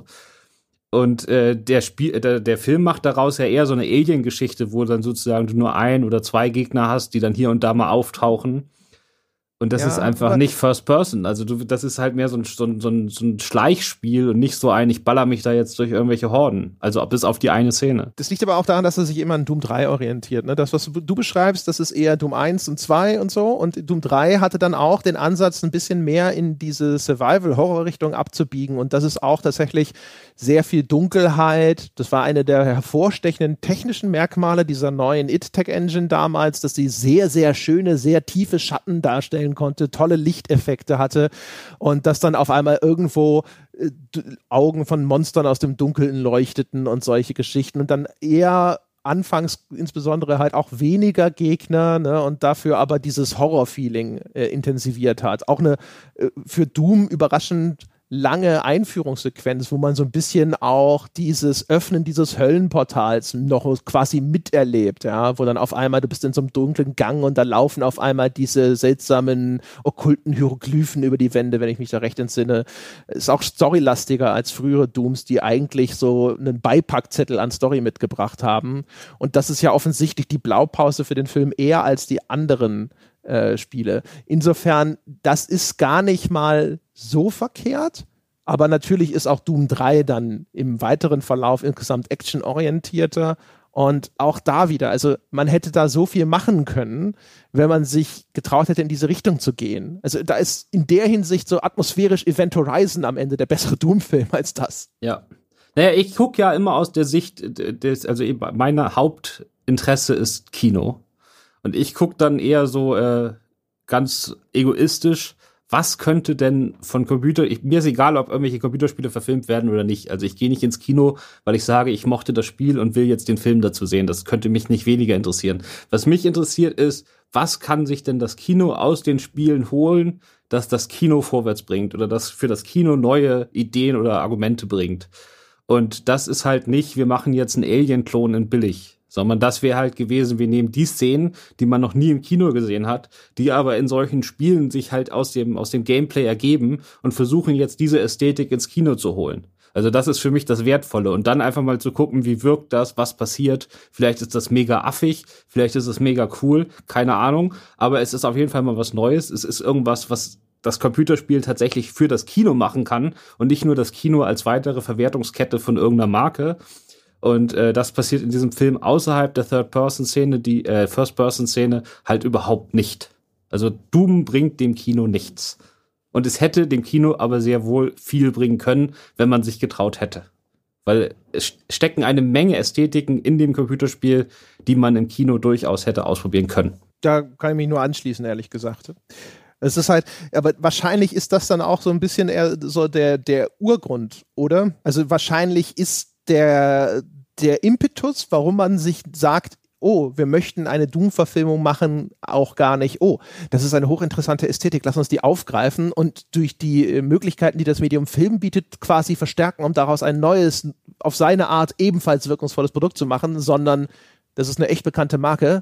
B: Und äh, der, Spiel, der, der Film macht daraus ja eher so eine Alien-Geschichte, wo dann sozusagen du nur ein oder zwei Gegner hast, die dann hier und da mal auftauchen. Und das ja, ist einfach nicht First Person. Also du, das ist halt mehr so ein, so, ein, so, ein, so ein Schleichspiel und nicht so ein, ich baller mich da jetzt durch irgendwelche Horden. Also bis auf die eine Szene.
A: Das liegt aber auch daran, dass er sich immer an Doom drei orientiert. Ne? Das, was du beschreibst, das ist eher Doom eins und zwei und so. Und Doom drei hatte dann auch den Ansatz, ein bisschen mehr in diese Survival-Horror-Richtung abzubiegen. Und das ist auch tatsächlich sehr viel Dunkelheit. Das war eine der hervorstechenden technischen Merkmale dieser neuen id-Tech-Engine damals, dass sie sehr, sehr schöne, sehr tiefe Schatten darstellen konnte, tolle Lichteffekte hatte und dass dann auf einmal irgendwo äh, Augen von Monstern aus dem Dunkeln leuchteten und solche Geschichten und dann eher anfangs insbesondere halt auch weniger Gegner, ne, und dafür aber dieses Horror-Feeling äh, intensiviert hat. Auch eine äh, für Doom überraschend lange Einführungssequenz, wo man so ein bisschen auch dieses Öffnen dieses Höllenportals noch quasi miterlebt, ja, wo dann auf einmal, du bist in so einem dunklen Gang und da laufen auf einmal diese seltsamen okkulten Hieroglyphen über die Wände, wenn ich mich da recht entsinne. Ist auch storylastiger als frühere Dooms, die eigentlich so einen Beipackzettel an Story mitgebracht haben. Und das ist ja offensichtlich die Blaupause für den Film eher als die anderen Äh, Spiele. Insofern, das ist gar nicht mal so verkehrt, aber natürlich ist auch Doom drei dann im weiteren Verlauf insgesamt actionorientierter und auch da wieder, also man hätte da so viel machen können, wenn man sich getraut hätte, in diese Richtung zu gehen. Also da ist in der Hinsicht so atmosphärisch Event Horizon am Ende der bessere Doom-Film als das.
B: Ja. Naja, ich gucke ja immer aus der Sicht des, also mein Hauptinteresse ist Kino. Und ich gucke dann eher so äh, ganz egoistisch, was könnte denn von Computer, ich, mir ist egal, ob irgendwelche Computerspiele verfilmt werden oder nicht. Also ich gehe nicht ins Kino, weil ich sage, ich mochte das Spiel und will jetzt den Film dazu sehen. Das könnte mich nicht weniger interessieren. Was mich interessiert ist, was kann sich denn das Kino aus den Spielen holen, dass das Kino vorwärts bringt oder das für das Kino neue Ideen oder Argumente bringt. Und das ist halt nicht, wir machen jetzt einen Alien-Klon in billig. Sondern das wäre halt gewesen, wir nehmen die Szenen, die man noch nie im Kino gesehen hat, die aber in solchen Spielen sich halt aus dem, aus dem Gameplay ergeben und versuchen jetzt diese Ästhetik ins Kino zu holen. Also das ist für mich das Wertvolle. Und dann einfach mal zu gucken, wie wirkt das, was passiert. Vielleicht ist das mega affig, vielleicht ist es mega cool, keine Ahnung. Aber es ist auf jeden Fall mal was Neues. Es ist irgendwas, was das Computerspiel tatsächlich für das Kino machen kann und nicht nur das Kino als weitere Verwertungskette von irgendeiner Marke. Und äh, das passiert in diesem Film außerhalb der Third-Person-Szene, die äh, First-Person-Szene halt überhaupt nicht. Also Doom bringt dem Kino nichts. Und es hätte dem Kino aber sehr wohl viel bringen können, wenn man sich getraut hätte. Weil es stecken eine Menge Ästhetiken in dem Computerspiel, die man im Kino durchaus hätte ausprobieren können.
A: Da kann ich mich nur anschließen, ehrlich gesagt. Es ist halt, aber wahrscheinlich ist das dann auch so ein bisschen eher so der, der Urgrund, oder? Also wahrscheinlich ist der, der Impetus, warum man sich sagt, oh, wir möchten eine Doom-Verfilmung machen, auch gar nicht, oh, das ist eine hochinteressante Ästhetik, lass uns die aufgreifen und durch die Möglichkeiten, die das Medium Film bietet, quasi verstärken, um daraus ein neues, auf seine Art ebenfalls wirkungsvolles Produkt zu machen, sondern das ist eine echt bekannte Marke,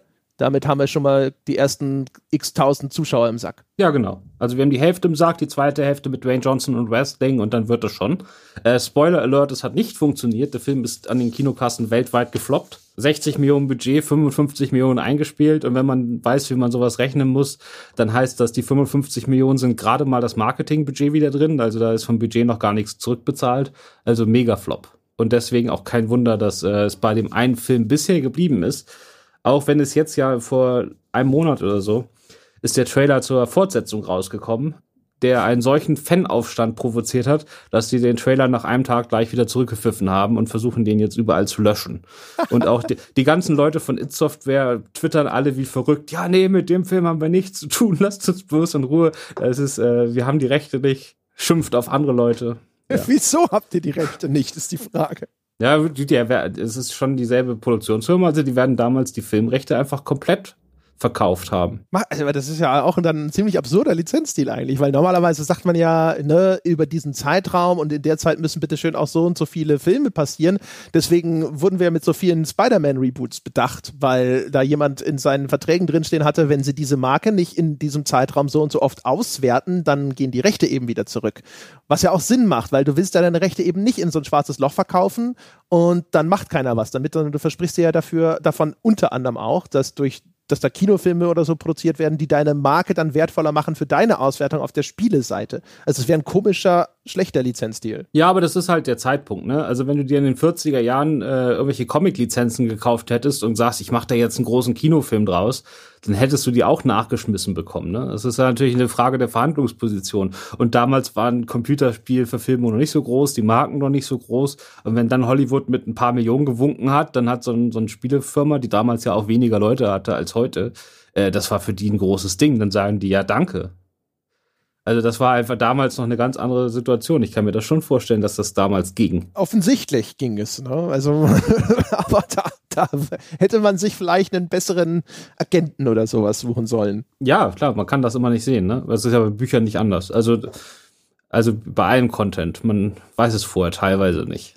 A: Damit haben wir schon mal die ersten x-tausend Zuschauer im Sack.
B: Ja, genau. Also wir haben die Hälfte im Sack, die zweite Hälfte mit Dwayne Johnson und Wrestling und dann wird es schon. Äh, Spoiler Alert, es hat nicht funktioniert. Der Film ist an den Kinokassen weltweit gefloppt. sechzig Millionen Budget, fünfundfünfzig Millionen eingespielt. Und wenn man weiß, wie man sowas rechnen muss, dann heißt das, die fünfundfünfzig Millionen sind gerade mal das Marketingbudget wieder drin. Also da ist vom Budget noch gar nichts zurückbezahlt. Also mega Flop. Und deswegen auch kein Wunder, dass äh, es bei dem einen Film bisher geblieben ist. Auch wenn es jetzt ja vor einem Monat oder so ist der Trailer zur Fortsetzung rausgekommen, der einen solchen Fanaufstand provoziert hat, dass sie den Trailer nach einem Tag gleich wieder zurückgepfiffen haben und versuchen, den jetzt überall zu löschen. Und auch die, die ganzen Leute von id Software twittern alle wie verrückt, ja, nee, mit dem Film haben wir nichts zu tun, lasst uns bloß in Ruhe. Es ist, äh, wir haben die Rechte nicht, schimpft auf andere Leute. Ja.
A: Wieso habt ihr die Rechte nicht, ist die Frage.
B: Ja, die, die, es ist schon dieselbe Produktionsfirma, also die werden damals die Filmrechte einfach komplett verkauft haben.
A: Aber das ist ja auch dann ein ziemlich absurder Lizenzdeal eigentlich, weil normalerweise sagt man ja, ne, über diesen Zeitraum und in der Zeit müssen bitte schön auch so und so viele Filme passieren. Deswegen wurden wir mit so vielen Spider-Man-Reboots bedacht, weil da jemand in seinen Verträgen drinstehen hatte, wenn sie diese Marke nicht in diesem Zeitraum so und so oft auswerten, dann gehen die Rechte eben wieder zurück. Was ja auch Sinn macht, weil du willst ja deine Rechte eben nicht in so ein schwarzes Loch verkaufen und dann macht keiner was damit, sondern du versprichst dir ja dafür, davon unter anderem auch, dass durch dass da Kinofilme oder so produziert werden, die deine Marke dann wertvoller machen für deine Auswertung auf der Spieleseite. Also es wäre ein komischer, schlechter Lizenzdeal.
B: Ja, aber das ist halt der Zeitpunkt, ne? Also wenn du dir in den vierziger Jahren äh, irgendwelche Comic-Lizenzen gekauft hättest und sagst, ich mache da jetzt einen großen Kinofilm draus, dann hättest du die auch nachgeschmissen bekommen, ne? Das ist ja natürlich eine Frage der Verhandlungsposition. Und damals waren Computerspielverfilmungen noch nicht so groß, die Marken noch nicht so groß. Und wenn dann Hollywood mit ein paar Millionen gewunken hat, dann hat so, ein, so eine Spielefirma, die damals ja auch weniger Leute hatte als heute, äh, das war für die ein großes Ding. Dann sagen die, ja, danke. Also das war einfach damals noch eine ganz andere Situation. Ich kann mir das schon vorstellen, dass das damals ging.
A: Offensichtlich ging es, ne? Also, aber da, da hätte man sich vielleicht einen besseren Agenten oder sowas suchen sollen.
B: Ja, klar, man kann das immer nicht sehen, ne? Das ist ja bei Büchern nicht anders. Also, also bei allem Content, man weiß es vorher teilweise nicht.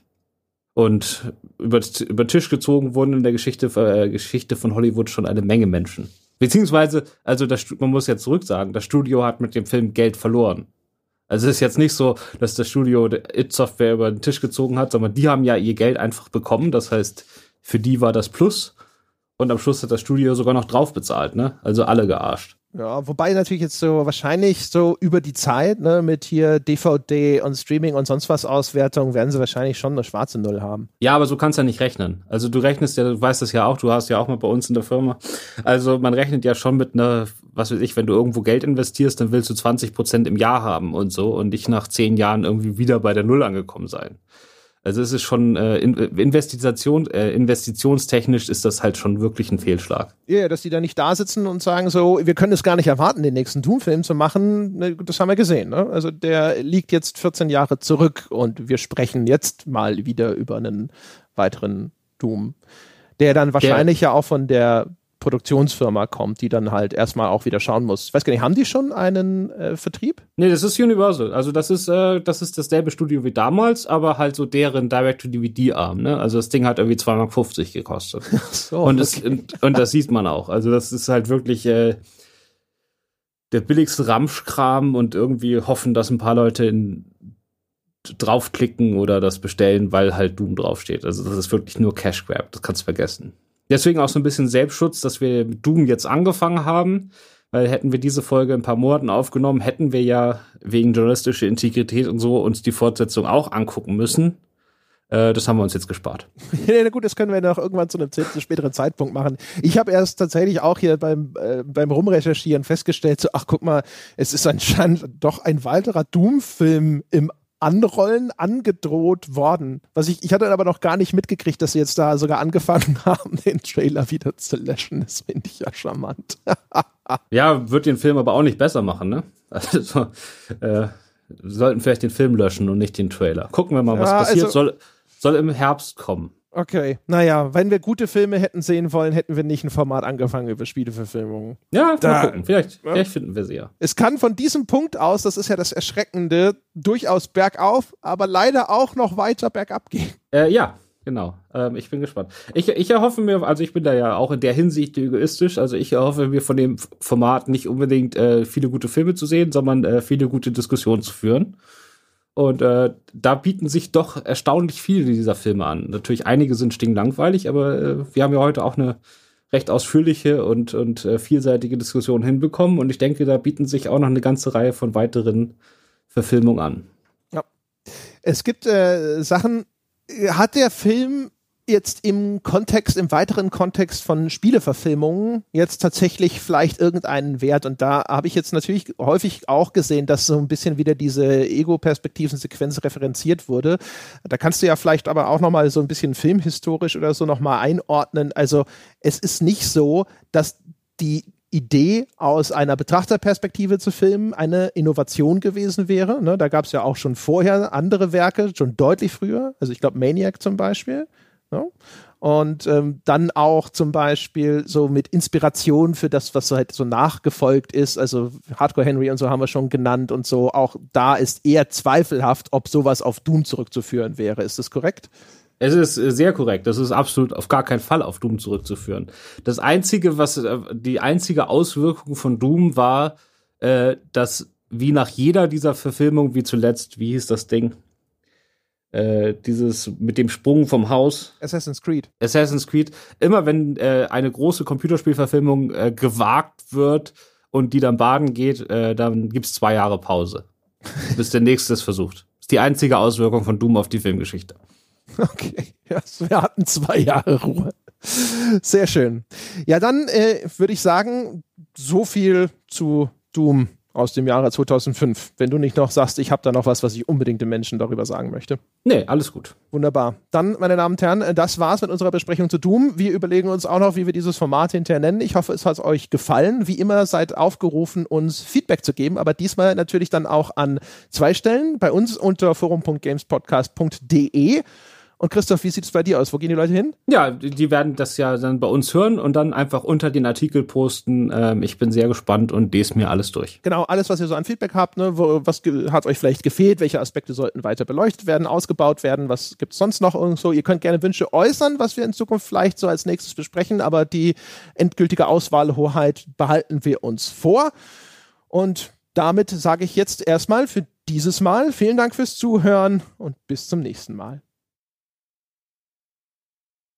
B: Und über, über Tisch gezogen wurden in der Geschichte, äh, Geschichte von Hollywood schon eine Menge Menschen. Beziehungsweise, also das, man muss ja zurück sagen, das Studio hat mit dem Film Geld verloren. Also es ist jetzt nicht so, dass das Studio id Software über den Tisch gezogen hat, sondern die haben ja ihr Geld einfach bekommen. Das heißt, für die war das Plus. Und am Schluss hat das Studio sogar noch drauf bezahlt, ne? Also alle gearscht.
A: Ja, wobei natürlich jetzt so wahrscheinlich so über die Zeit, ne, mit hier D V D und Streaming und sonst was Auswertung, werden sie wahrscheinlich schon eine schwarze Null haben.
B: Ja, aber so kannst du ja nicht rechnen. Also du rechnest ja, du weißt das ja auch, du hast ja auch mal bei uns in der Firma. Also man rechnet ja schon mit einer, was weiß ich, wenn du irgendwo Geld investierst, dann willst du zwanzig Prozent im Jahr haben und so und nicht nach zehn Jahren irgendwie wieder bei der Null angekommen sein. Also es ist schon äh, Investition, äh, investitionstechnisch ist das halt schon wirklich ein Fehlschlag.
A: Ja, yeah, dass die da nicht da sitzen und sagen so, wir können es gar nicht erwarten, den nächsten Doom-Film zu machen. Ne, das haben wir gesehen. Ne? Also der liegt jetzt vierzehn Jahre zurück und wir sprechen jetzt mal wieder über einen weiteren Doom, der dann wahrscheinlich ja, ja auch von der Produktionsfirma kommt, die dann halt erstmal auch wieder schauen muss. Ich weiß gar nicht, haben die schon einen äh, Vertrieb?
B: Nee, das ist Universal. Also das ist äh, das ist dasselbe Studio wie damals, aber halt so deren Direct-to-D V D-Arm. Ne? Also das Ding hat irgendwie zwei Mark fünfzig gekostet. So, und, okay. es, und, und das sieht man auch. Also das ist halt wirklich äh, der billigste Ramschkram und irgendwie hoffen, dass ein paar Leute in, draufklicken oder das bestellen, weil halt Doom draufsteht. Also das ist wirklich nur Cash Grab. Das kannst du vergessen. Deswegen auch so ein bisschen Selbstschutz, dass wir mit Doom jetzt angefangen haben, weil hätten wir diese Folge in ein paar Monaten aufgenommen, hätten wir ja wegen journalistischer Integrität und so uns die Fortsetzung auch angucken müssen. Äh, das haben wir uns jetzt gespart.
A: Ja, na gut, das können wir noch irgendwann zu einem späteren Zeitpunkt machen. Ich habe erst tatsächlich auch hier beim, äh, beim Rumrecherchieren festgestellt, so, ach guck mal, es ist anscheinend doch ein weiterer Doom-Film im Anrollen angedroht worden. Was ich, ich hatte aber noch gar nicht mitgekriegt, dass sie jetzt da sogar angefangen haben, den Trailer wieder zu löschen. Das finde ich ja charmant.
B: Ja, wird den Film aber auch nicht besser machen, ne? Also, äh, wir sollten vielleicht den Film löschen und nicht den Trailer. Gucken wir mal, was ja, passiert. Also, soll, soll im Herbst kommen.
A: Okay, naja, wenn wir gute Filme hätten sehen wollen, hätten wir nicht ein Format angefangen über Spieleverfilmungen.
B: Ja, da, mal gucken. Vielleicht, ja. vielleicht finden wir sie ja.
A: Es kann von diesem Punkt aus, das ist ja das Erschreckende, durchaus bergauf, aber leider auch noch weiter bergab gehen.
B: Äh, ja, Genau, ähm, ich bin gespannt. Ich, ich erhoffe mir, also ich bin da ja auch in der Hinsicht egoistisch, also ich erhoffe mir von dem Format nicht unbedingt äh, viele gute Filme zu sehen, sondern äh, viele gute Diskussionen zu führen. Und äh, da bieten sich doch erstaunlich viele dieser Filme an. Natürlich, einige sind stinklangweilig, aber äh, wir haben ja heute auch eine recht ausführliche und, und äh, vielseitige Diskussion hinbekommen. Und ich denke, da bieten sich auch noch eine ganze Reihe von weiteren Verfilmungen an.
A: Ja. Es gibt äh, Sachen, hat der Film jetzt im Kontext, im weiteren Kontext von Spieleverfilmungen jetzt tatsächlich vielleicht irgendeinen Wert? Und da habe ich jetzt natürlich häufig auch gesehen, dass so ein bisschen wieder diese Ego-Perspektiven-Sequenz referenziert wurde. Da kannst du ja vielleicht aber auch nochmal so ein bisschen filmhistorisch oder so nochmal einordnen. Also es ist nicht so, dass die Idee, aus einer Betrachterperspektive zu filmen, eine Innovation gewesen wäre. Ne, da gab es ja auch schon vorher andere Werke, schon deutlich früher. Also ich glaube Maniac zum Beispiel. Ne? Und ähm, dann auch zum Beispiel so mit Inspiration für das, was so halt so nachgefolgt ist. Also Hardcore Henry und so haben wir schon genannt und so. Auch da ist eher zweifelhaft, ob sowas auf Doom zurückzuführen wäre. Ist das korrekt?
B: Es ist sehr korrekt. Das ist absolut auf gar keinen Fall auf Doom zurückzuführen. Das einzige, was die einzige Auswirkung von Doom war, äh, dass wie nach jeder dieser Verfilmung, wie zuletzt, wie hieß das Ding? Äh, dieses mit dem Sprung vom Haus.
A: Assassin's Creed.
B: Assassin's Creed. Immer wenn äh, eine große Computerspielverfilmung äh, gewagt wird und die dann baden geht, äh, dann gibt's zwei Jahre Pause, bis der nächste es versucht. Das ist die einzige Auswirkung von Doom auf die Filmgeschichte.
A: Okay, ja, wir hatten zwei Jahre Ruhe. Sehr schön. Ja, dann äh, würde ich sagen, so viel zu Doom aus dem Jahre zweitausendfünf. Wenn du nicht noch sagst, ich habe da noch was, was ich unbedingt den Menschen darüber sagen möchte.
B: Nee, alles gut.
A: Wunderbar. Dann, meine Damen und Herren, das war's mit unserer Besprechung zu Doom. Wir überlegen uns auch noch, wie wir dieses Format hinterher nennen. Ich hoffe, es hat euch gefallen. Wie immer seid aufgerufen, uns Feedback zu geben, aber diesmal natürlich dann auch an zwei Stellen. Bei uns unter forum punkt gamespodcast punkt de. Und Christoph, wie sieht es bei dir aus? Wo gehen die Leute hin?
B: Ja, die werden das ja dann bei uns hören und dann einfach unter den Artikel posten. Ähm, ich bin sehr gespannt und lese mir alles durch.
A: Genau, alles, was ihr so an Feedback habt, ne? Wo, was ge- hat euch vielleicht gefehlt? Welche Aspekte sollten weiter beleuchtet werden, ausgebaut werden? Was gibt es sonst noch irgendwo? Ihr könnt gerne Wünsche äußern, was wir in Zukunft vielleicht so als nächstes besprechen, aber die endgültige Auswahlhoheit behalten wir uns vor. Und damit sage ich jetzt erstmal für dieses Mal vielen Dank fürs Zuhören und bis zum nächsten Mal.